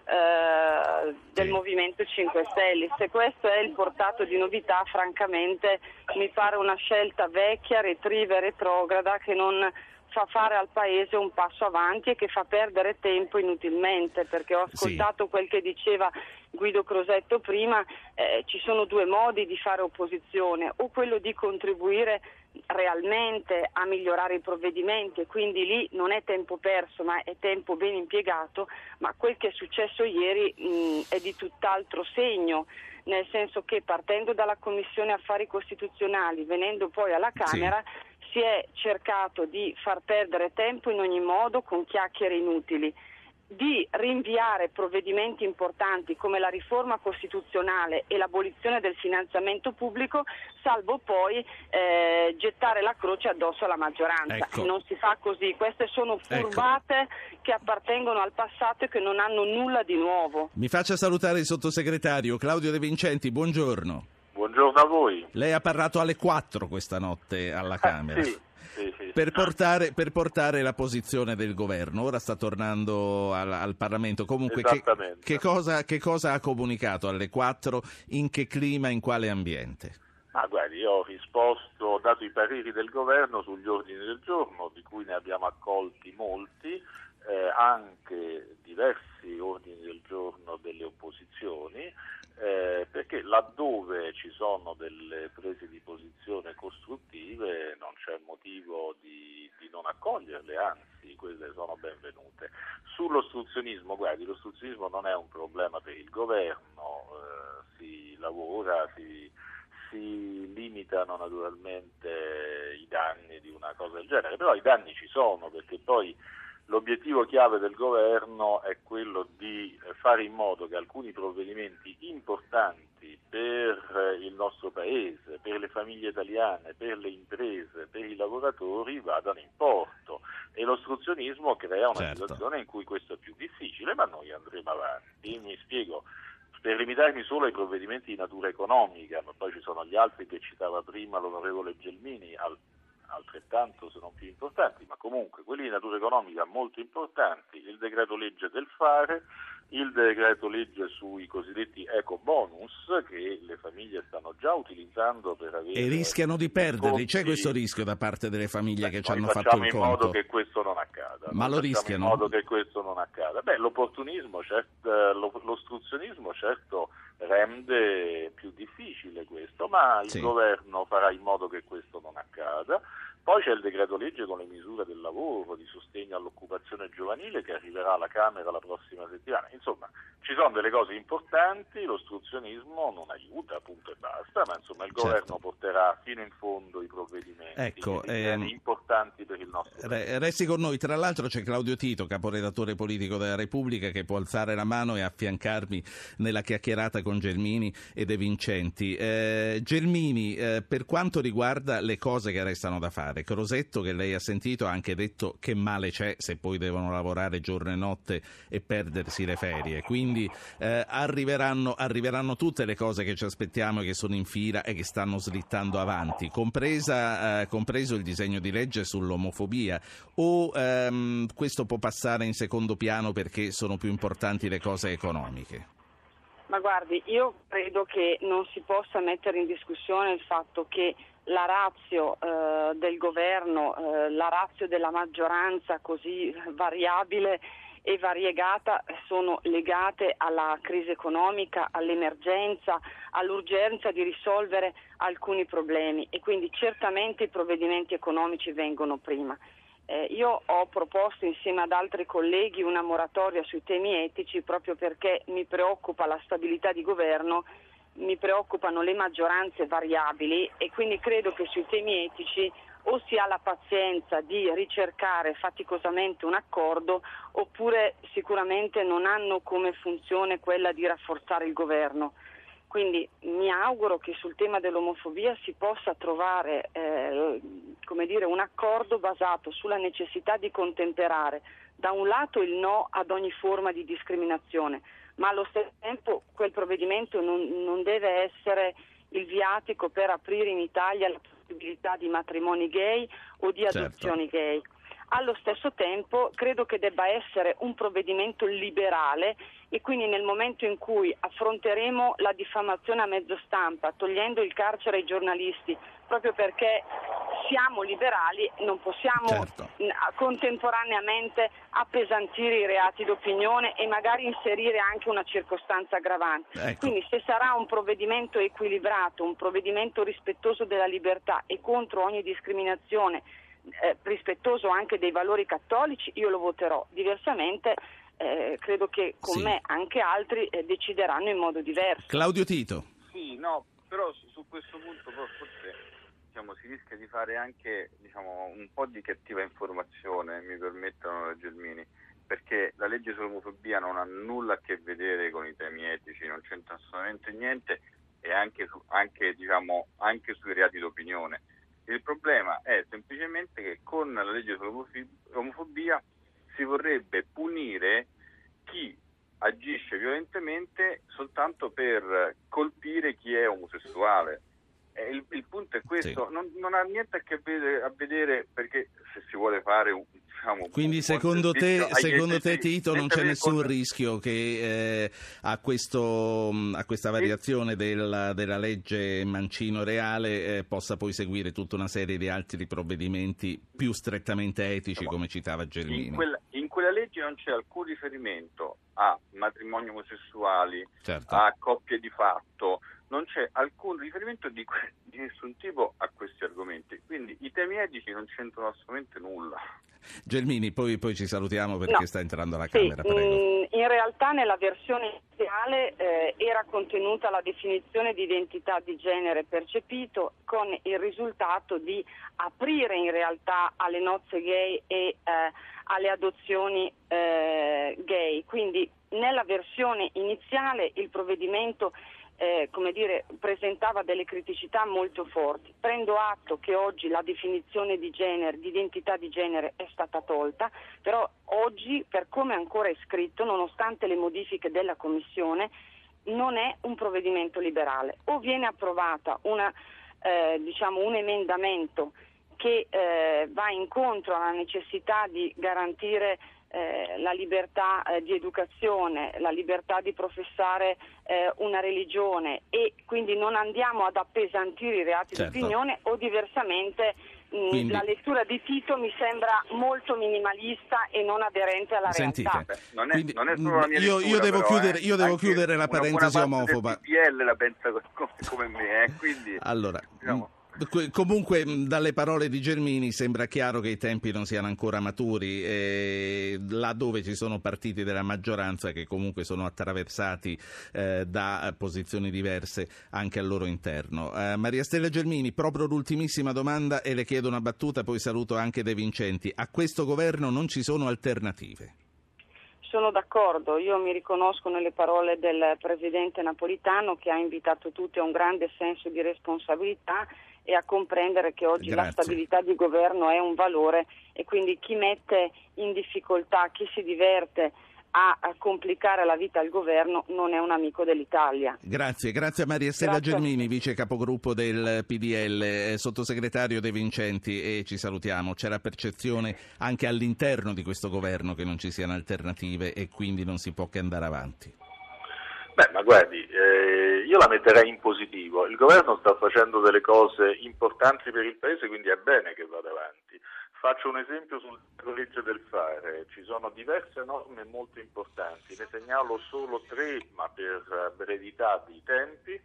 [SPEAKER 11] del Movimento 5 Stelle. Se questo è il portato di novità, francamente mi pare una scelta vecchia, retriva e retrograda, che non fa fare al Paese un passo avanti e che fa perdere tempo inutilmente, perché ho ascoltato quel che diceva Guido Crosetto prima. Ci sono 2 modi di fare opposizione: o quello di contribuire realmente a migliorare i provvedimenti, e quindi lì non è tempo perso ma è tempo ben impiegato, ma quel che è successo ieri è di tutt'altro segno, nel senso che partendo dalla Commissione Affari Costituzionali, venendo poi alla Camera, si è cercato di far perdere tempo in ogni modo con chiacchiere inutili, di rinviare provvedimenti importanti come la riforma costituzionale e l'abolizione del finanziamento pubblico, salvo poi gettare la croce addosso alla maggioranza.
[SPEAKER 2] Ecco.
[SPEAKER 11] Non si fa così, queste sono furbate che appartengono al passato e che non hanno nulla di nuovo.
[SPEAKER 2] Mi faccia salutare il sottosegretario Claudio De Vincenti, buongiorno.
[SPEAKER 12] Buongiorno a voi.
[SPEAKER 2] Lei ha parlato alle 4 questa notte alla Camera.
[SPEAKER 12] Sì.
[SPEAKER 2] Per portare la posizione del governo. Ora sta tornando al Parlamento. Comunque, che cosa ha comunicato alle 4? In che clima, in quale ambiente?
[SPEAKER 12] Guardi, io ho dato i pareri del governo sugli ordini del giorno, di cui ne abbiamo accolti molti, anche diversi ordini del giorno delle opposizioni, perché laddove ci sono delle prese di posizione costruttive non c'è motivo di non accoglierle, anzi quelle sono benvenute. Sull'ostruzionismo, guardi, l'ostruzionismo non è un problema per il governo, si lavora, si limitano naturalmente i danni di una cosa del genere, però i danni ci sono, perché poi l'obiettivo chiave del governo è quello di fare in modo che alcuni provvedimenti importanti per il nostro paese, per le famiglie italiane, per le imprese, per i lavoratori vadano in porto, e l'ostruzionismo crea una situazione in cui questo è più difficile, ma noi andremo avanti. Mi spiego. Per limitarmi solo ai provvedimenti di natura economica, ma poi ci sono gli altri che citava prima l'onorevole Gelmini, altrettanto se non più importanti, ma comunque quelli di natura economica molto importanti: il decreto legge del fare, il decreto legge sui cosiddetti eco bonus che le famiglie stanno già utilizzando per avere,
[SPEAKER 2] e rischiano di perderli. C'è questo rischio da parte delle famiglie che ci hanno fatto il
[SPEAKER 12] conto? Facciamo in modo che questo non accada.
[SPEAKER 2] Ma lo rischiano?
[SPEAKER 12] In modo che questo non accada. L'opportunismo, l'ostruzionismo certo rende più difficile questo, ma il governo farà in modo che questo non accada. Poi c'è il decreto legge con le misure del lavoro, di sostegno all'occupazione giovanile, che arriverà alla Camera la prossima settimana. Insomma, ci sono delle cose importanti, l'ostruzionismo non aiuta, punto e basta, ma insomma il governo porterà fino in fondo i provvedimenti importanti per il nostro paese.
[SPEAKER 2] Resti con noi. Tra l'altro c'è Claudio Tito, caporedattore politico della Repubblica, che può alzare la mano e affiancarmi nella chiacchierata con Gelmini e De Vincenti. Gelmini, per quanto riguarda le cose che restano da fare, Crosetto, che lei ha sentito, ha anche detto che male c'è se poi devono lavorare giorno e notte e perdersi le ferie. Quindi arriveranno tutte le cose che ci aspettiamo e che sono in fila e che stanno slittando avanti, compreso il disegno di legge sull'omofobia, o questo può passare in secondo piano perché sono più importanti le cose economiche?
[SPEAKER 11] Ma guardi, io credo che non si possa mettere in discussione il fatto che la ratio del governo, la ratio della maggioranza così variabile e variegata sono legate alla crisi economica, all'emergenza, all'urgenza di risolvere alcuni problemi, e quindi certamente i provvedimenti economici vengono prima. Io ho proposto insieme ad altri colleghi una moratoria sui temi etici, proprio perché mi preoccupa la stabilità di governo, mi preoccupano le maggioranze variabili, e quindi credo che sui temi etici o si ha la pazienza di ricercare faticosamente un accordo, oppure sicuramente non hanno come funzione quella di rafforzare il governo. Quindi mi auguro che sul tema dell'omofobia si possa trovare un accordo basato sulla necessità di contemperare da un lato il no ad ogni forma di discriminazione, ma allo stesso tempo quel provvedimento non deve essere il viatico per aprire in Italia la possibilità di matrimoni gay o di adozioni gay. Allo stesso tempo credo che debba essere un provvedimento liberale, e quindi nel momento in cui affronteremo la diffamazione a mezzo stampa, togliendo il carcere ai giornalisti, proprio perché siamo liberali, non possiamo contemporaneamente appesantire i reati d'opinione e magari inserire anche una circostanza aggravante.
[SPEAKER 2] Ecco.
[SPEAKER 11] Quindi se sarà un provvedimento equilibrato, un provvedimento rispettoso della libertà e contro ogni discriminazione, rispettoso anche dei valori cattolici, io lo voterò. Diversamente credo che con me anche altri decideranno in modo diverso.
[SPEAKER 2] Claudio Tito.
[SPEAKER 8] Sì, no, però su questo punto forse si rischia di fare anche un po' di cattiva informazione, mi permettono la Gelmini, perché la legge sull'omofobia non ha nulla a che vedere con i temi etici, non c'entra assolutamente niente, e anche sui reati d'opinione. Il problema è semplicemente che con la legge sull'omofobia si vorrebbe punire chi agisce violentemente soltanto per colpire chi è omosessuale. Il punto è questo, non ha niente a che vedere, perché se si vuole fare
[SPEAKER 2] quindi secondo te Tito non c'è nessun rischio che a questa variazione della legge Mancino-Reale possa poi seguire tutta una serie di altri provvedimenti più strettamente etici, come citava Gelmini?
[SPEAKER 8] In quella legge non c'è alcun riferimento a matrimoni omosessuali, a coppie di fatto, non c'è alcun riferimento di nessun tipo a questi argomenti, quindi i temi etici non c'entrano assolutamente nulla.
[SPEAKER 2] Gelmini, poi ci salutiamo perché sta entrando alla Camera, prego.
[SPEAKER 11] In realtà nella versione iniziale era contenuta la definizione di identità di genere percepito, con il risultato di aprire in realtà alle nozze gay e alle adozioni gay. Quindi nella versione iniziale il provvedimento presentava delle criticità molto forti. Prendo atto che oggi la definizione di genere, di identità di genere, è stata tolta, però oggi, per come ancora è scritto, nonostante le modifiche della Commissione, non è un provvedimento liberale. O viene approvata un emendamento che va incontro alla necessità di garantire la libertà di educazione, la libertà di professare una religione, e quindi non andiamo ad appesantire i reati d'opinione, o diversamente la lettura di Tito mi sembra molto minimalista e non aderente alla realtà.
[SPEAKER 8] Non è solo la mia lettura,
[SPEAKER 2] io devo chiudere la parentesi omofoba.
[SPEAKER 8] PDL la pensa come me, quindi
[SPEAKER 2] allora comunque dalle parole di Gelmini sembra chiaro che i tempi non siano ancora maturi, laddove ci sono partiti della maggioranza che comunque sono attraversati da posizioni diverse anche al loro interno. Maria Stella Gelmini, proprio l'ultimissima domanda e le chiedo una battuta, poi saluto anche De Vincenti. A questo governo non ci sono alternative?
[SPEAKER 11] Sono d'accordo, io mi riconosco nelle parole del Presidente Napolitano, che ha invitato tutti a un grande senso di responsabilità e a comprendere che oggi la stabilità di governo è un valore, e quindi chi mette in difficoltà, chi si diverte a complicare la vita al governo non è un amico dell'Italia.
[SPEAKER 2] Grazie a Maria Stella Gelmini, vice capogruppo del PDL, sottosegretario De Vincenti, e ci salutiamo. C'è la percezione anche all'interno di questo governo che non ci siano alternative e quindi non si può che andare avanti.
[SPEAKER 12] Ma guardi, io la metterei in positivo. Il governo sta facendo delle cose importanti per il Paese, quindi è bene che vada avanti. Faccio un esempio sul legge del fare. Ci sono diverse norme molto importanti, ne segnalo solo 3, ma per brevità di tempi.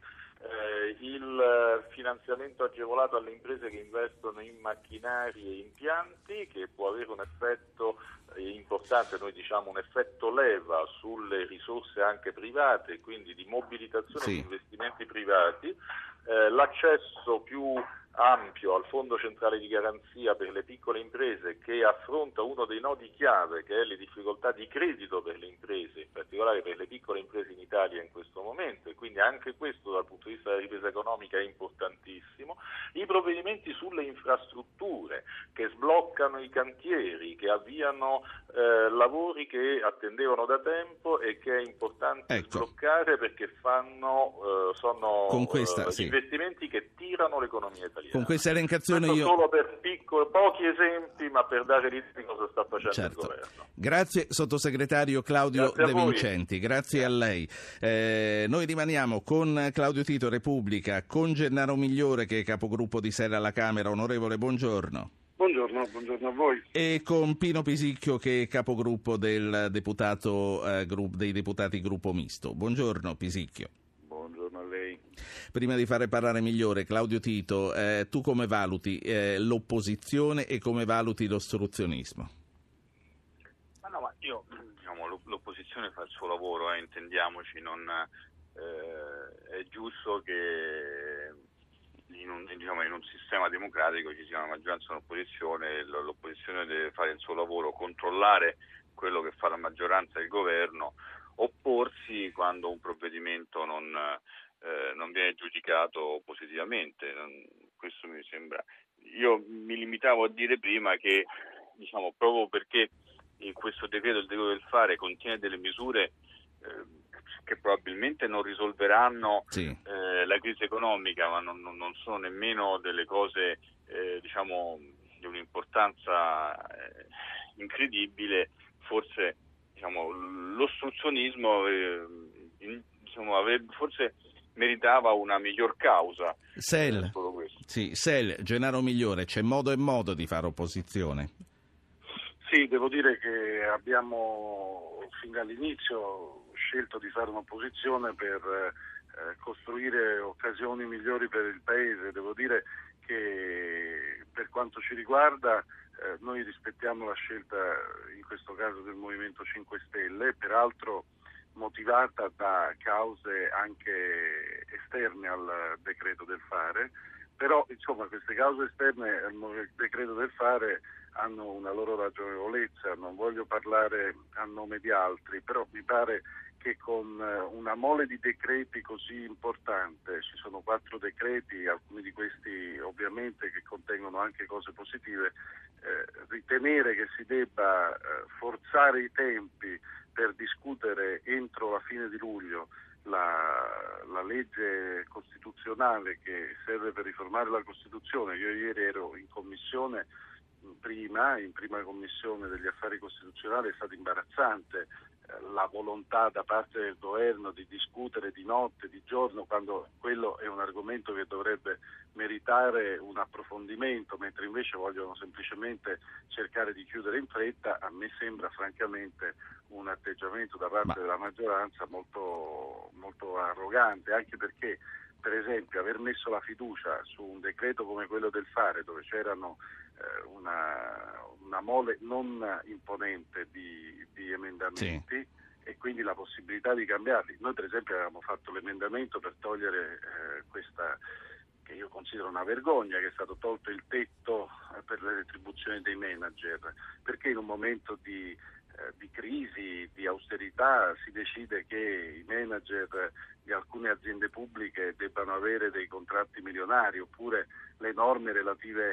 [SPEAKER 12] Il finanziamento agevolato alle imprese che investono in macchinari e impianti, che può avere un effetto importante, noi diciamo un effetto leva sulle risorse anche private, quindi di mobilitazione di investimenti privati, l'accesso più ampio al Fondo Centrale di Garanzia per le piccole imprese, che affronta uno dei nodi chiave, che è le difficoltà di credito per le imprese, in particolare per le piccole imprese in Italia in questo momento, e quindi anche questo dal punto di vista della ripresa economica è importantissimo. I provvedimenti sulle infrastrutture che sbloccano i cantieri, che avviano lavori che attendevano da tempo e che è importante sbloccare perché sono investimenti che tirano l'economia italiana.
[SPEAKER 2] Con questa elencazione
[SPEAKER 12] solo per pochi esempi, ma per dare l'idea di cosa sta facendo il governo.
[SPEAKER 2] Grazie sottosegretario Claudio De Vincenti, grazie a lei. Noi rimaniamo con Claudio Tito, Repubblica, con Gennaro Migliore che è capogruppo di SEL alla Camera. Onorevole, buongiorno.
[SPEAKER 13] Buongiorno a voi.
[SPEAKER 2] E con Pino Pisicchio che è capogruppo del dei deputati gruppo misto. Buongiorno Pisicchio.
[SPEAKER 12] Buongiorno a lei.
[SPEAKER 2] Prima di fare parlare Migliore, Claudio Tito, tu come valuti l'opposizione e come valuti l'ostruzionismo?
[SPEAKER 7] Ma io, l'opposizione fa il suo lavoro, intendiamoci, è giusto che in un sistema democratico ci sia una maggioranza e un'opposizione, l'opposizione deve fare il suo lavoro, controllare quello che fa la maggioranza e il governo, opporsi quando un provvedimento non viene giudicato positivamente. Questo mi sembra. Io mi limitavo a dire prima che, proprio perché in questo decreto, il decreto del fare, contiene delle misure che probabilmente non risolveranno la crisi economica, ma non sono nemmeno delle cose di un'importanza incredibile. Forse l'ostruzionismo forse meritava una miglior causa.
[SPEAKER 2] SEL, Gennaro Migliore, c'è modo e modo di fare opposizione?
[SPEAKER 13] Sì, devo dire che abbiamo fin dall'inizio scelto di fare un'opposizione per costruire occasioni migliori per il Paese. Devo dire che per quanto ci riguarda noi rispettiamo la scelta in questo caso del Movimento 5 Stelle, peraltro motivata da cause anche esterne al decreto del fare, però queste cause esterne al decreto del fare hanno una loro ragionevolezza. Non voglio parlare a nome di altri, però mi pare che con una mole di decreti così importante, ci sono 4 decreti, alcuni di questi ovviamente che contengono anche cose positive, ritenere che si debba forzare i tempi per discutere entro la fine di luglio la legge costituzionale che serve per riformare la Costituzione. Io ieri ero in commissione, in prima commissione degli affari costituzionali. È stato imbarazzante la volontà da parte del governo di discutere di notte, di giorno, quando quello è un argomento che dovrebbe meritare un approfondimento, mentre invece vogliono semplicemente cercare di chiudere in fretta. A me sembra francamente un atteggiamento da parte della maggioranza molto, molto arrogante, anche perché per esempio aver messo la fiducia su un decreto come quello del fare, dove c'erano una mole non imponente di emendamenti e quindi la possibilità di cambiarli. Noi per esempio avevamo fatto l'emendamento per togliere questa, che io considero una vergogna, che è stato tolto il tetto per le retribuzioni dei manager, perché in un momento di crisi, di austerità, si decide che i manager di alcune aziende pubbliche debbano avere dei contratti milionari, oppure le norme relative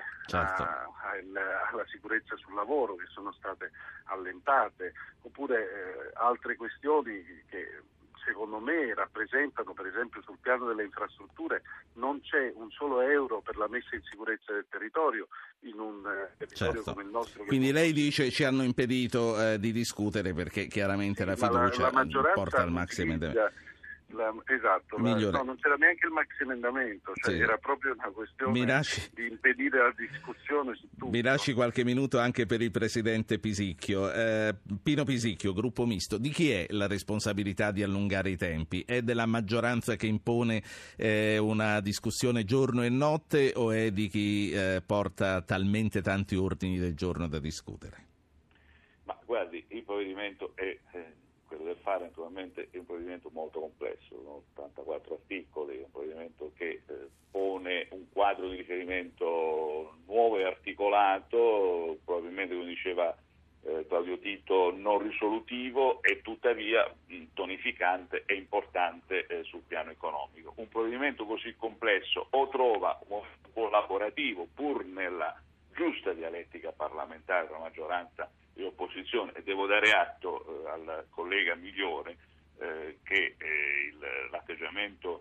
[SPEAKER 13] alla sicurezza sul lavoro che sono state allentate, oppure altre questioni che secondo me rappresentano, per esempio sul piano delle infrastrutture, non c'è un solo euro per la messa in sicurezza del territorio in un territorio come il nostro.
[SPEAKER 2] Quindi lei dice ci hanno impedito di discutere perché chiaramente la fiducia porta al maxi emendamento.
[SPEAKER 13] Esatto, non c'era neanche il maxi emendamento, era proprio una questione di impedire la discussione su tutto.
[SPEAKER 2] Mi lasci qualche minuto anche per il presidente Pisicchio. Pino Pisicchio, gruppo misto, di chi è la responsabilità di allungare i tempi? È della maggioranza che impone una discussione giorno e notte, o è di chi porta talmente tanti ordini del giorno da discutere?
[SPEAKER 12] Ma guardi, il provvedimento è quello del fare, naturalmente è un provvedimento molto complesso, sono 84 articoli, un provvedimento che pone un quadro di riferimento nuovo e articolato, probabilmente, come diceva Claudio Tito, non risolutivo e tuttavia tonificante e importante sul piano economico. Un provvedimento così complesso o trova un collaborativo, pur nella giusta dialettica parlamentare tra maggioranza e opposizione, e devo dare atto al collega Migliore che l'atteggiamento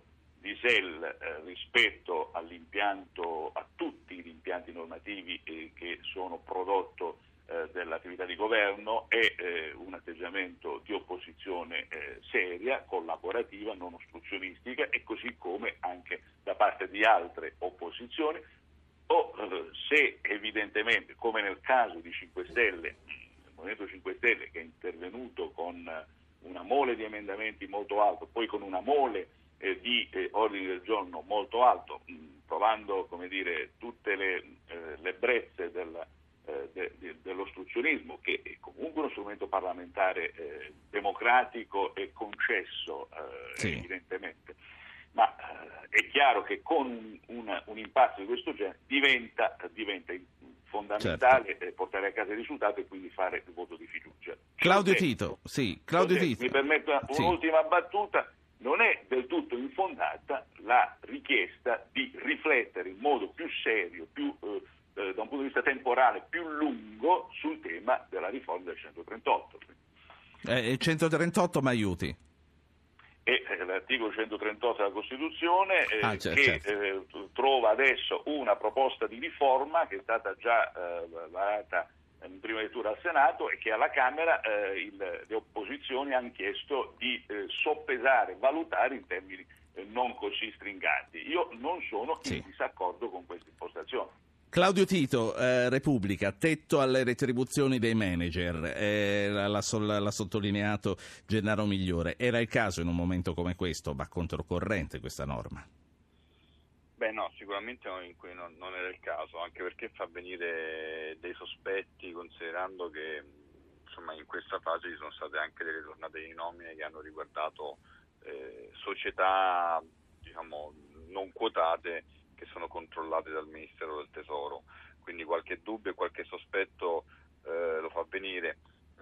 [SPEAKER 12] di SEL rispetto all'impianto, a tutti gli impianti normativi che sono prodotto dell'attività di governo è un atteggiamento di opposizione seria, collaborativa, non ostruzionistica, e così come anche da parte di altre opposizioni, o se evidentemente, come nel caso di 5 Stelle, il Movimento 5 Stelle che è intervenuto con una mole di emendamenti molto alto, poi con una mole di ordini del giorno molto alto, provando, come dire, tutte le brezze dell'ostruzionismo, che è comunque uno strumento parlamentare democratico e concesso, evidentemente, ma è chiaro che con un impasto di questo genere diventa fondamentale portare a casa il risultato e quindi fare il voto di fiducia.
[SPEAKER 2] Claudio Tito,
[SPEAKER 12] mi permetto un'ultima battuta. Non è del tutto infondata la richiesta di riflettere in modo più serio, da un punto di vista temporale più lungo, sul tema della riforma del 138.
[SPEAKER 2] Il 138 mi aiuti?
[SPEAKER 12] È l'articolo 138 della Costituzione che trova adesso una proposta di riforma che è stata già varata in prima lettura al Senato e che alla Camera le opposizioni hanno chiesto di soppesare, valutare in termini non così stringati. Io non sono in disaccordo con questa impostazione.
[SPEAKER 2] Claudio Tito, Repubblica, tetto alle retribuzioni dei manager, l'ha sottolineato Gennaro Migliore. Era il caso in un momento come questo? Va controcorrente questa norma?
[SPEAKER 8] Beh no, sicuramente in cui non era il caso, anche perché fa venire dei sospetti, considerando che insomma in questa fase ci sono state anche delle tornate di nomine che hanno riguardato società, diciamo, non quotate, che sono controllate dal Ministero del Tesoro, quindi qualche dubbio e qualche sospetto lo fa venire,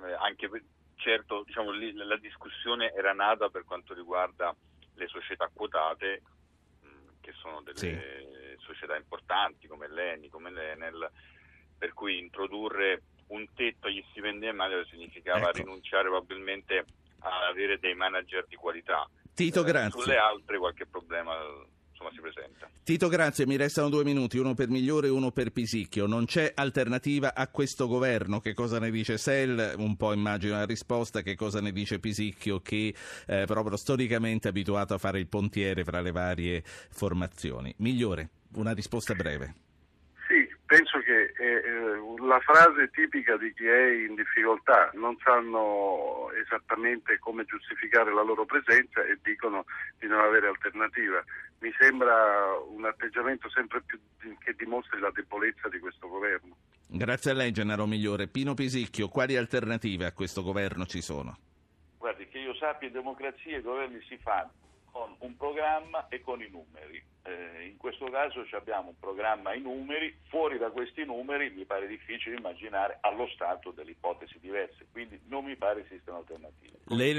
[SPEAKER 8] certo, diciamo, lì la discussione era nata per quanto riguarda le società quotate, che sono delle società importanti come l'ENI, come l'Enel, per cui introdurre un tetto agli stipendi del manager significava rinunciare probabilmente a avere dei manager di qualità.
[SPEAKER 2] Tito, grazie.
[SPEAKER 8] Sulle altre qualche problema si presenta.
[SPEAKER 2] Tito, grazie, mi restano 2 minuti, uno per Migliore e uno per Pisicchio. Non c'è alternativa a questo governo, che cosa ne dice SEL? Un po' immagino la risposta. Che cosa ne dice Pisicchio, che proprio storicamente è abituato a fare il pontiere fra le varie formazioni? Migliore, una risposta breve.
[SPEAKER 13] Sì, penso che la frase tipica di chi è in difficoltà: non sanno esattamente come giustificare la loro presenza e dicono di non avere alternativa. Mi sembra un atteggiamento sempre più che dimostri la debolezza di questo governo.
[SPEAKER 2] Grazie a lei, Gennaro Migliore. Pino Pisicchio, quali alternative a questo governo ci sono?
[SPEAKER 12] Guardi, che io sappia, in democrazia i governi si fanno con un programma e con i numeri. In questo caso abbiamo un programma e i numeri. Fuori da questi numeri mi pare difficile immaginare allo Stato delle ipotesi diverse, quindi non mi pare esistano alternative.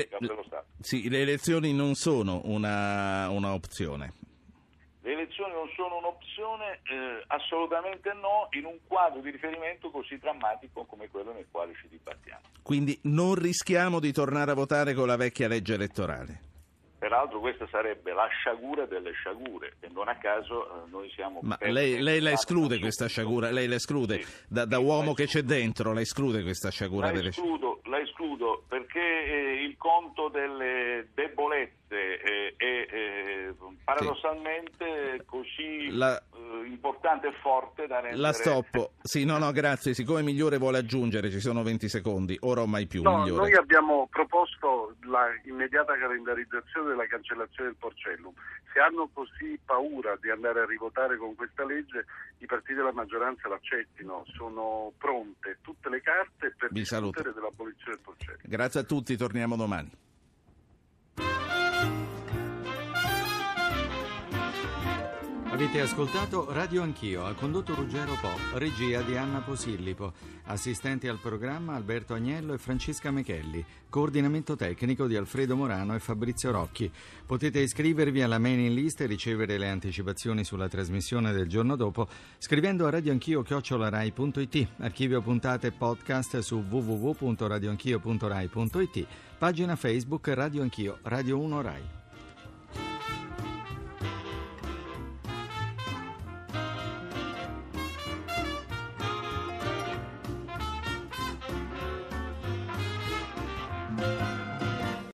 [SPEAKER 12] Le
[SPEAKER 2] elezioni non sono una opzione.
[SPEAKER 12] Le elezioni non sono un'opzione, assolutamente no, in un quadro di riferimento così drammatico come quello nel quale ci dibattiamo.
[SPEAKER 2] Quindi non rischiamo di tornare a votare con la vecchia legge elettorale?
[SPEAKER 12] Peraltro questa sarebbe la sciagura delle sciagure, e non a caso noi siamo...
[SPEAKER 2] Ma lei la esclude questa sciagura? Lei la esclude? Da uomo che c'è dentro, la esclude questa sciagura?
[SPEAKER 12] La escludo perché il conto delle debolezze è paradossalmente così importante e forte da rendere...
[SPEAKER 2] La stoppo. Sì, no, grazie. Siccome Migliore vuole aggiungere, ci sono 20 secondi, ora o mai più.
[SPEAKER 13] No,
[SPEAKER 2] Migliore.
[SPEAKER 13] Noi abbiamo proposto la immediata calendarizzazione della cancellazione del Porcellum. Se hanno così paura di andare a rivotare con questa legge, i partiti della maggioranza l'accettino. Sono pronte tutte le carte per discutere dell'abolizione del Porcellum.
[SPEAKER 2] Grazie a tutti, torniamo domani.
[SPEAKER 14] Avete ascoltato Radio Anch'io, ha condotto Ruggero Po, regia di Anna Posillipo, assistenti al programma Alberto Agnello e Francesca Mechelli, coordinamento tecnico di Alfredo Morano e Fabrizio Rocchi. Potete iscrivervi alla mailing list e ricevere le anticipazioni sulla trasmissione del giorno dopo scrivendo a radioanchio@rai.it, archivio puntate e podcast su www.radioanchio.rai.it, pagina Facebook Radio Anch'io, Radio 1 Rai.